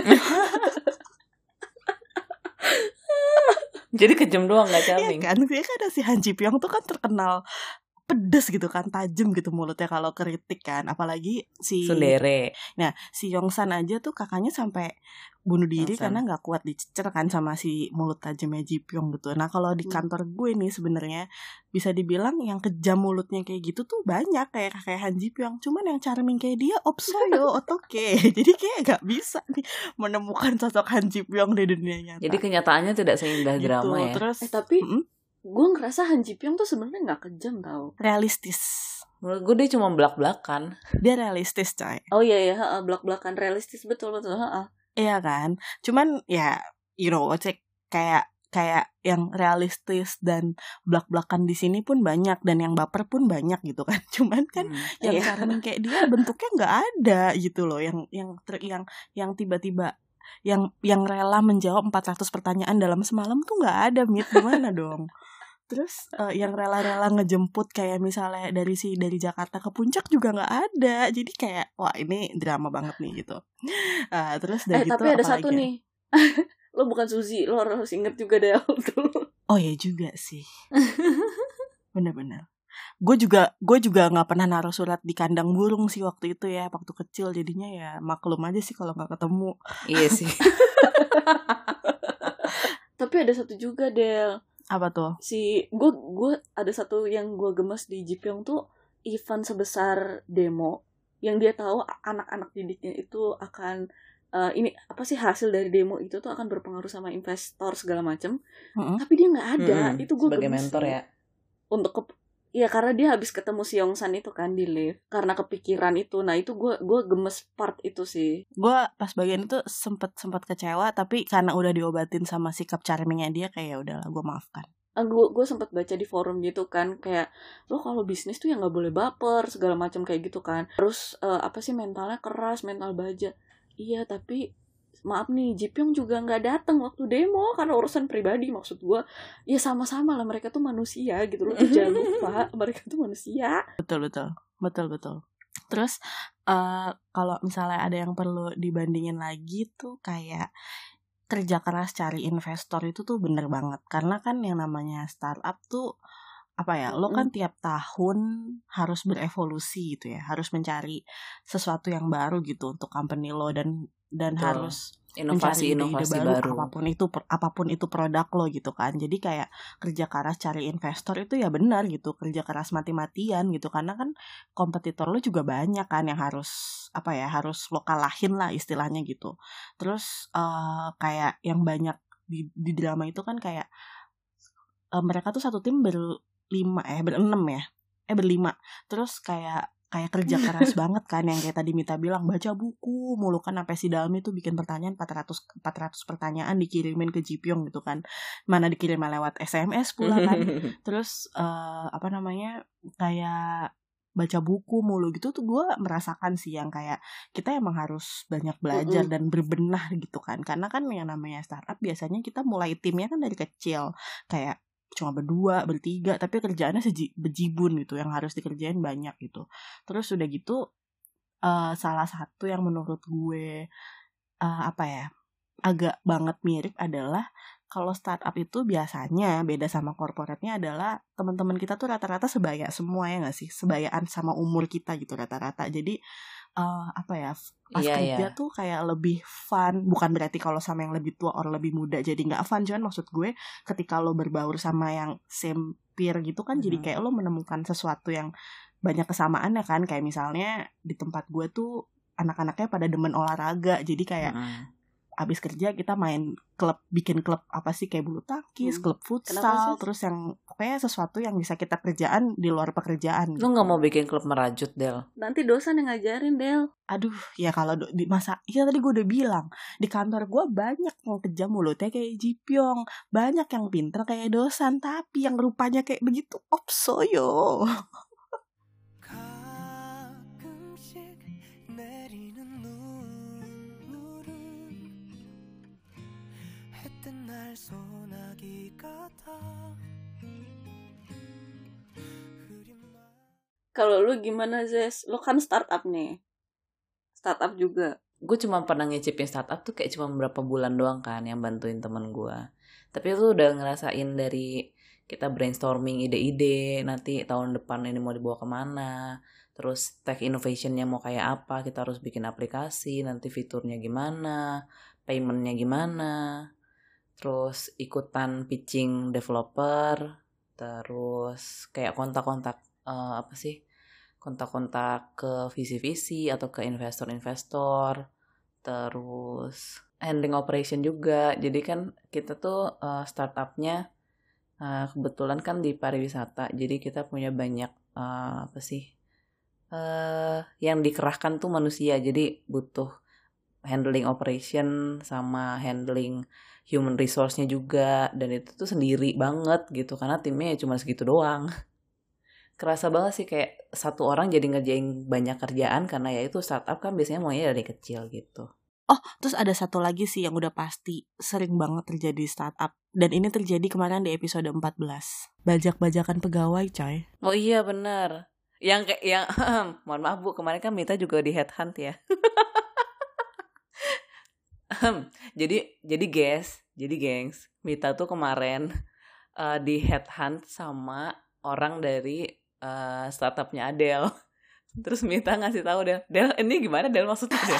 Jadi kejam doang gak charming. Iya kan, dia kan ada si Han Ji Pyong tuh kan terkenal pedes gitu kan, tajam gitu mulutnya kalau kritik kan, apalagi si Sundere. Nah, si Yongsan aja tuh kakaknya sampai bunuh diri Yongsan. Karena nggak kuat dicecer kan sama si mulut tajamnya Ji Pyong gitu. Nah, kalau di kantor gue nih sebenarnya bisa dibilang yang kejam mulutnya kayak gitu tuh banyak kayak kakak Han Ji Pyong, cuman yang charming kayak dia Opsoyo Otoke. Jadi kayak nggak bisa nih menemukan sosok Han Ji Pyong di dunia nyata. Jadi kenyataannya tidak seindah gitu. Drama ya. Terus eh, tapi mm-hmm. gue ngerasa Han Ji Pyong tuh sebenarnya nggak kejam tau. Realistis. Menurut gue dia cuma belak-belakan. Dia realistis, coy. Oh iya ya, uh, belak-belakan realistis betul betul. Uh. Iya kan. Cuman ya, you know, cek kayak kayak yang realistis dan belak-belakan di sini pun banyak dan yang baper pun banyak gitu kan. Cuman kan hmm, yang iya. Charming kayak dia bentuknya nggak ada gitu loh. Yang yang yang yang tiba-tiba yang yang rela menjawab empat ratus pertanyaan dalam semalam tuh nggak ada, Mit. Gimana dong? Terus uh, yang rela-rela ngejemput kayak misalnya dari si dari Jakarta ke Puncak juga nggak ada. Jadi kayak wah ini drama banget nih gitu. Uh, terus dari eh, gitu tapi ada satu ya? Nih. Lo bukan Suzy, lo harus inget juga deh tuh. Oh ya juga sih. Bener-bener. Gue juga gue juga nggak pernah naruh surat di kandang burung sih waktu itu ya, waktu kecil, jadinya ya maklum aja sih kalau nggak ketemu. Iya sih. Tapi ada satu juga Del. Apa tuh? Si gue gue ada satu yang gue gemes di Ji Pyong tuh, event sebesar demo yang dia tahu anak-anak didiknya itu akan uh, ini apa sih hasil dari demo itu tuh akan berpengaruh sama investor segala macem. Mm-hmm. Tapi dia nggak ada. Mm-hmm. Itu gue sebagai gemes mentor sih. Ya. Untuk ke Iya karena dia habis ketemu si Yongsan itu kan di lift karena kepikiran itu. Nah itu gue gue gemes part itu sih. Gue pas bagian itu sempet sempet kecewa, tapi karena udah diobatin sama sikap charmingnya dia kayak udahlah gue maafkan. Uh, gue gue sempet baca di forum gitu kan kayak lo kalau bisnis tuh ya nggak boleh baper segala macam kayak gitu kan. Terus uh, apa sih mentalnya keras, mental baja. Iya tapi maaf nih, Ji Pyong juga nggak datang waktu demo karena urusan pribadi. Maksud gue, ya sama-sama lah, mereka tuh manusia gitu loh. Jangan lupa, mereka tuh manusia. Betul betul, betul betul. Terus uh, kalau misalnya ada yang perlu dibandingin lagi tuh kayak kerja keras cari investor itu tuh bener banget. Karena kan yang namanya startup tuh apa ya, lo kan tiap tahun harus berevolusi gitu ya, harus mencari sesuatu yang baru gitu untuk company lo dan dan Betul. harus mencari ide-ide Inovasi-inovasi baru, baru. apapun itu apapun itu produk lo gitu kan. Jadi kayak kerja keras cari investor itu ya benar gitu, kerja keras mati-matian gitu, karena kan kompetitor lo juga banyak kan yang harus apa ya, harus lo kalahin lah istilahnya gitu. Terus uh, kayak yang banyak di, di drama itu kan kayak uh, mereka tuh satu tim berlima eh berenam ya eh berlima terus kayak kayak kerja keras banget kan, yang kayak tadi Mita bilang baca buku mulu kan, sampai si Dalmi tuh bikin pertanyaan empat ratus pertanyaan dikirimin ke Ji Pyong gitu kan, mana dikirimnya lewat S M S pula kan. Terus uh, apa namanya kayak baca buku mulu gitu tuh, gue merasakan sih yang kayak kita emang harus banyak belajar Mm-mm. dan berbenah gitu kan, karena kan yang namanya startup biasanya kita mulai timnya kan dari kecil, kayak cuma berdua, bertiga, tapi kerjaannya seji, bejibun gitu, yang harus dikerjain banyak gitu. Terus udah gitu uh, salah satu yang menurut gue uh, apa ya agak banget mirip adalah kalau startup itu biasanya beda sama korporatnya adalah teman-teman kita tuh rata-rata sebaya semua, ya nggak sih, sebayaan sama umur kita gitu rata-rata. Jadi uh, apa ya pas Iya, kerja iya. tuh kayak lebih fun. Bukan berarti kalau sama yang lebih tua atau lebih muda jadi nggak fun, cuman maksud gue ketika lo berbaur sama yang same peer gitu kan, jadi Mhm. kayak lo menemukan sesuatu yang banyak kesamaannya kan. Kayak misalnya di tempat gue tuh anak-anaknya pada demen olahraga, jadi kayak Mhm. abis kerja kita main klub, bikin klub apa sih kayak bulu tangkis, Hmm. klub Kenapa futsal, sih? terus yang pokoknya sesuatu yang bisa kita kerjaan di luar pekerjaan. Lu nggak mau bikin klub merajut, Del? Nanti dosen yang ngajarin, Del. Aduh, ya kalau do- di masa iya tadi gue udah bilang di kantor gue banyak yang kejam mulutnya kayak Ji Pyong, banyak yang pinter kayak dosan, tapi yang rupanya kayak begitu opsoyo. 가끔씩 내리는 눈물은 했던 날 소나기 같아 흐린 말 Kalau lu gimana, Zes? Lu kan startup nih. Startup juga. Gue cuma pernah ngicipin startup tuh kayak cuma beberapa bulan doang kan, yang bantuin temen gue. Tapi lu udah ngerasain dari kita brainstorming ide-ide, nanti tahun depan ini mau dibawa kemana, terus tech innovationnya mau kayak apa, kita harus bikin aplikasi, nanti fiturnya gimana, paymentnya gimana, terus ikutan pitching developer, terus kayak kontak-kontak eh, apa sih, kontak-kontak ke visi-visi atau ke investor-investor, terus handling operation juga. Jadi kan kita tuh uh, startupnya uh, kebetulan kan di pariwisata, jadi kita punya banyak uh, apa sih uh, yang dikerahkan tuh manusia, jadi butuh handling operation sama handling human resource-nya juga, dan itu tuh sendiri banget gitu karena timnya ya cuma segitu doang. Kerasa banget sih kayak satu orang jadi ngerjain banyak kerjaan, karena ya itu startup kan biasanya maunya dari kecil gitu. Oh, terus ada satu lagi sih yang udah pasti sering banget terjadi di startup, dan ini terjadi kemarin di episode empat belas. Bajak-bajakan pegawai, coy. Oh iya benar. Yang kayak yang mohon maaf Bu, kemarin kan Mita juga di headhunt ya. jadi jadi guys, jadi gengs, Mita tuh kemarin uh, di headhunt sama orang dari uh, startupnya Adele. Terus Mita ngasih tahu Del, Del ini gimana Del maksudnya Del?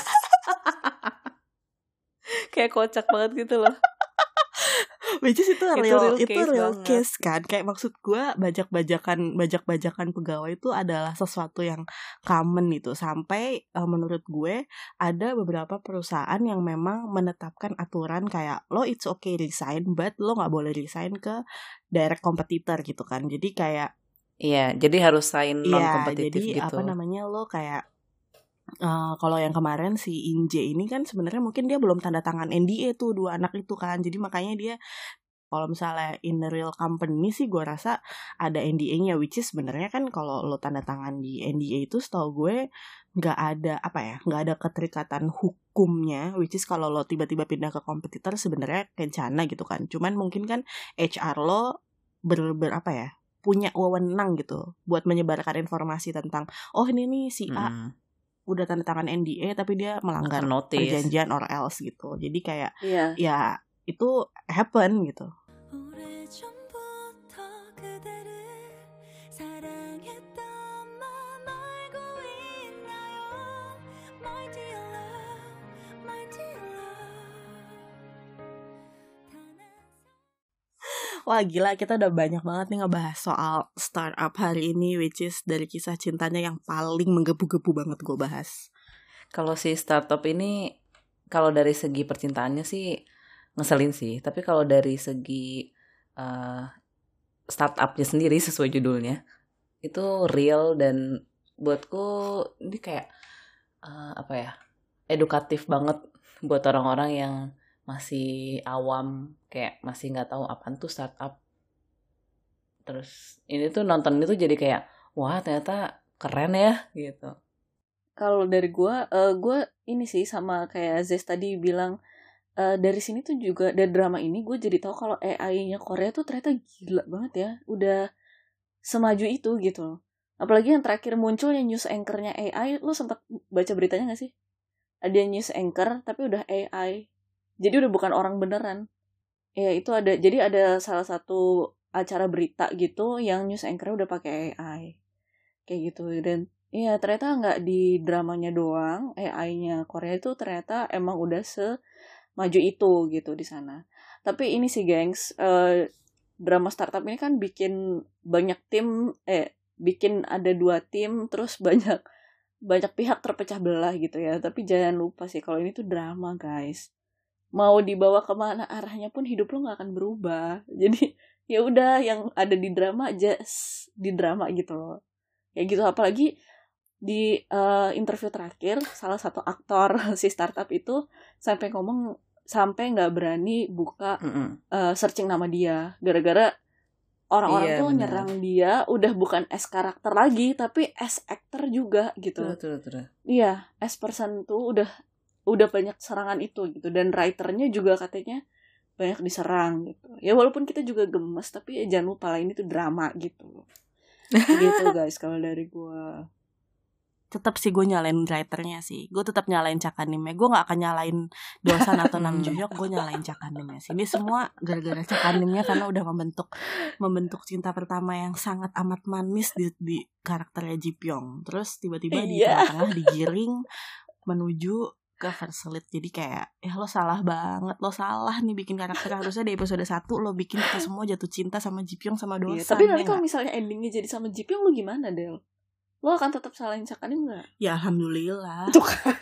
Kayak kocak banget gitu loh. Which is itu real, Itu real itu case real banget. case kan. Kayak maksud gue bajak-bajakan bajak-bajakan pegawai itu adalah sesuatu yang common itu. Sampai uh, menurut gue ada beberapa perusahaan yang memang menetapkan aturan kayak lo it's okay resign, but lo nggak boleh resign ke direct competitor gitu kan. Jadi kayak Iya, jadi harus sign non iya, kompetitif jadi gitu. apa namanya lo kayak Uh, kalau yang kemarin si Inje ini kan sebenarnya mungkin dia belum tanda tangan N D A tuh dua anak itu kan, jadi makanya dia kalau misalnya in the real company sih gue rasa ada N D A-nya, which is sebenarnya kan kalau lo tanda tangan di N D A itu setahu gue nggak ada apa ya nggak ada keterikatan hukumnya, which is kalau lo tiba-tiba pindah ke kompetitor sebenarnya kencana gitu kan, cuman mungkin kan H R lo ber, ber apa ya punya wewenang gitu buat menyebarkan informasi tentang oh ini nih si A Mm-mm. udah tanda tangan N D A tapi dia melanggar Akan notice. perjanjian or else gitu. Jadi kayak Iya. ya itu happen gitu. 오래전부터 그대를 사랑했던 맘 알고 있나요 My dear love, my dear love Wah gila, kita udah banyak banget nih ngebahas soal startup hari ini, which is dari kisah cintanya yang paling menggebu-gebu banget gue bahas. Kalau si startup ini, kalau dari segi percintaannya sih ngeselin sih. Tapi kalau dari segi uh, startupnya sendiri sesuai judulnya, itu real dan buatku ini kayak uh, apa ya, edukatif banget buat orang-orang yang masih awam, kayak masih nggak tahu apaan tuh startup. Terus ini tuh nonton itu jadi kayak wah ternyata keren ya gitu. Kalau dari gue, uh, gue ini sih sama kayak Zez tadi bilang, uh, dari sini tuh juga dari drama ini gue jadi tahu kalau A I-nya Korea tuh ternyata gila banget ya, udah semaju itu gitu. Apalagi yang terakhir muncul yang news anchor-nya A I, lo sempat baca beritanya nggak sih? Ada news anchor tapi udah A I. Jadi udah bukan orang beneran. Ya itu ada, jadi ada salah satu acara berita gitu yang news anchor udah pakai A I. Kayak gitu. Dan ya ternyata nggak di dramanya doang, A I-nya Korea itu ternyata emang udah semaju itu gitu di sana. Tapi ini sih gengs, eh, drama startup ini kan bikin banyak tim, eh bikin ada dua tim, terus banyak banyak pihak terpecah belah gitu ya. Tapi jangan lupa sih kalau ini tuh drama guys. Mau dibawa kemana arahnya pun hidup lo nggak akan berubah. Jadi ya udah yang ada di drama just di drama gitu loh. Ya gitu, apalagi di uh, interview terakhir salah satu aktor si startup itu sampai ngomong sampai nggak berani buka uh, searching nama dia gara-gara orang-orang Iya, tuh benar. nyerang dia udah bukan as karakter lagi tapi as actor juga gitu. Betul, betul. Iya, as person tuh udah udah banyak serangan itu gitu, dan writernya juga katanya banyak diserang gitu. Ya walaupun kita juga gemes tapi ya jangan lupa lah ini tuh drama gitu. Gitu guys kalau dari gue. Tetap sih gue nyalain writernya sih. Gue tetap nyalain Cakanim ya. Gue gak akan nyalain Dosan atau Nam Joo Hyuk. Gue nyalain Cakanimnya sih. Ini semua gara-gara Cakanimnya karena udah membentuk membentuk cinta pertama yang sangat amat manis di, di karakternya Ji Pyong. Terus tiba-tiba di Iya. tengah-tengah digiring menuju ke Verselit. Jadi kayak ya lo salah banget. Lo salah nih bikin karakter. Harusnya di episode satu lo bikin kita semua jatuh cinta sama Ji Pyong sama Dosan. Iya, tapi nanti ya kalau nggak? misalnya endingnya jadi sama Ji Pyong lu gimana Del? Lo akan tetap salahin Cakanim gak? Ya alhamdulillah. Tuh kan.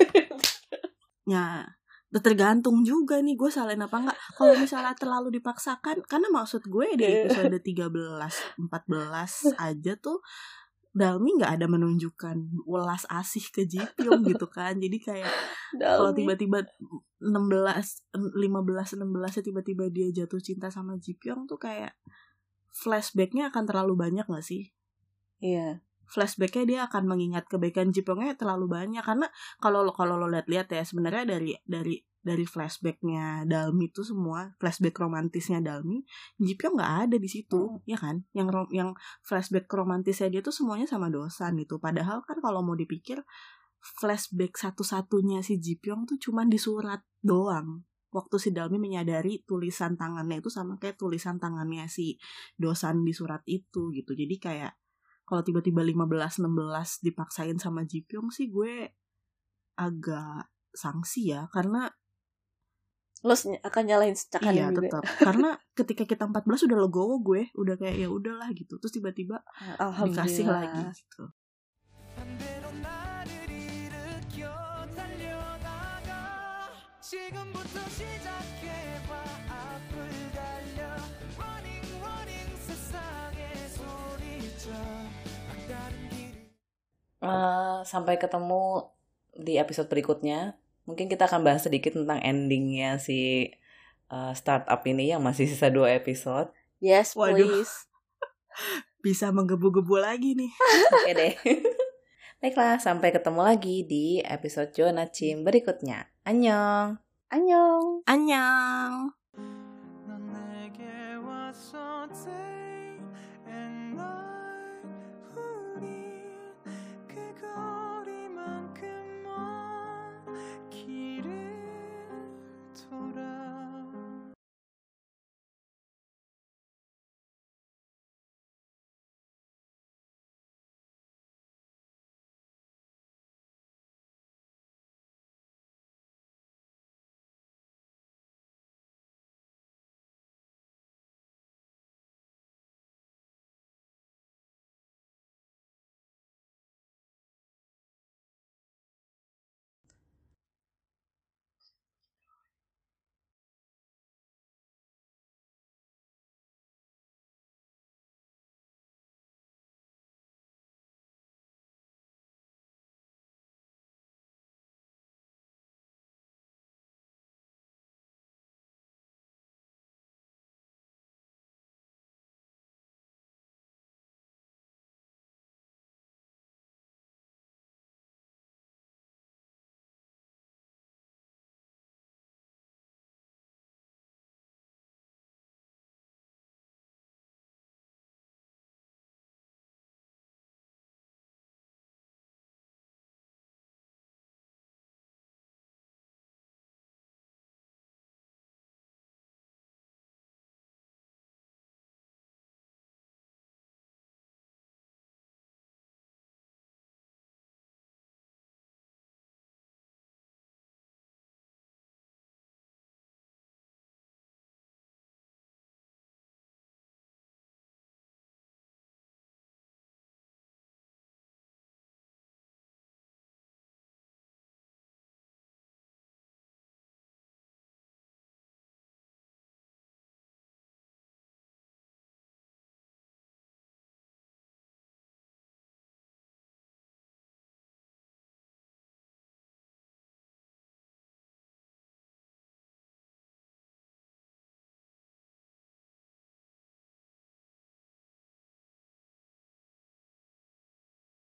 Ya, udah tergantung juga nih gue salahin apa enggak. Kalau misalnya terlalu dipaksakan, karena maksud gue di episode tiga belas, empat belas aja tuh Dalmi nggak ada menunjukkan welas asih ke Ji Pyong gitu kan. Jadi kayak kalau tiba-tiba enam belas, lima belas, enam belas tiba-tiba dia jatuh cinta sama Ji Pyong tuh kayak flashbacknya akan terlalu banyak nggak sih? Iya. Flashbacknya dia akan mengingat kebaikan Ji Pyongnya terlalu banyak, karena kalau lo kalau lo lihat-lihat ya sebenarnya dari dari dari flashbacknya Dalmi itu semua flashback romantisnya Dalmi, Ji Pyong nggak ada di situ, hmm. ya kan? Yang rom, yang flashback romantisnya dia tuh semuanya sama Dosan gitu. Padahal kan kalau mau dipikir flashback satu-satunya si Ji Pyong tuh cuma di surat doang. Waktu si Dalmi menyadari tulisan tangannya itu sama kayak tulisan tangannya si Dosan di surat itu gitu. Jadi kayak kalau tiba-tiba lima belas enam belas dipaksain sama Ji Pyong sih gue agak sanksi ya, karena lo akan nyalain Cakanim iya, juga. tetap. Karena ketika kita empat belas udah legowo gue, udah kayak ya udahlah gitu. Terus tiba-tiba dikasih lagi gitu. Uh, sampai ketemu di episode berikutnya. Mungkin kita akan bahas sedikit tentang endingnya si uh, startup ini yang masih sisa dua episode. Yes, please. Waduh. Bisa menggebu-gebu lagi nih. Oke deh. Baiklah, sampai ketemu lagi di episode Jonachim berikutnya. Annyeong. Annyeong. Annyeong. 넌 내게 왔었지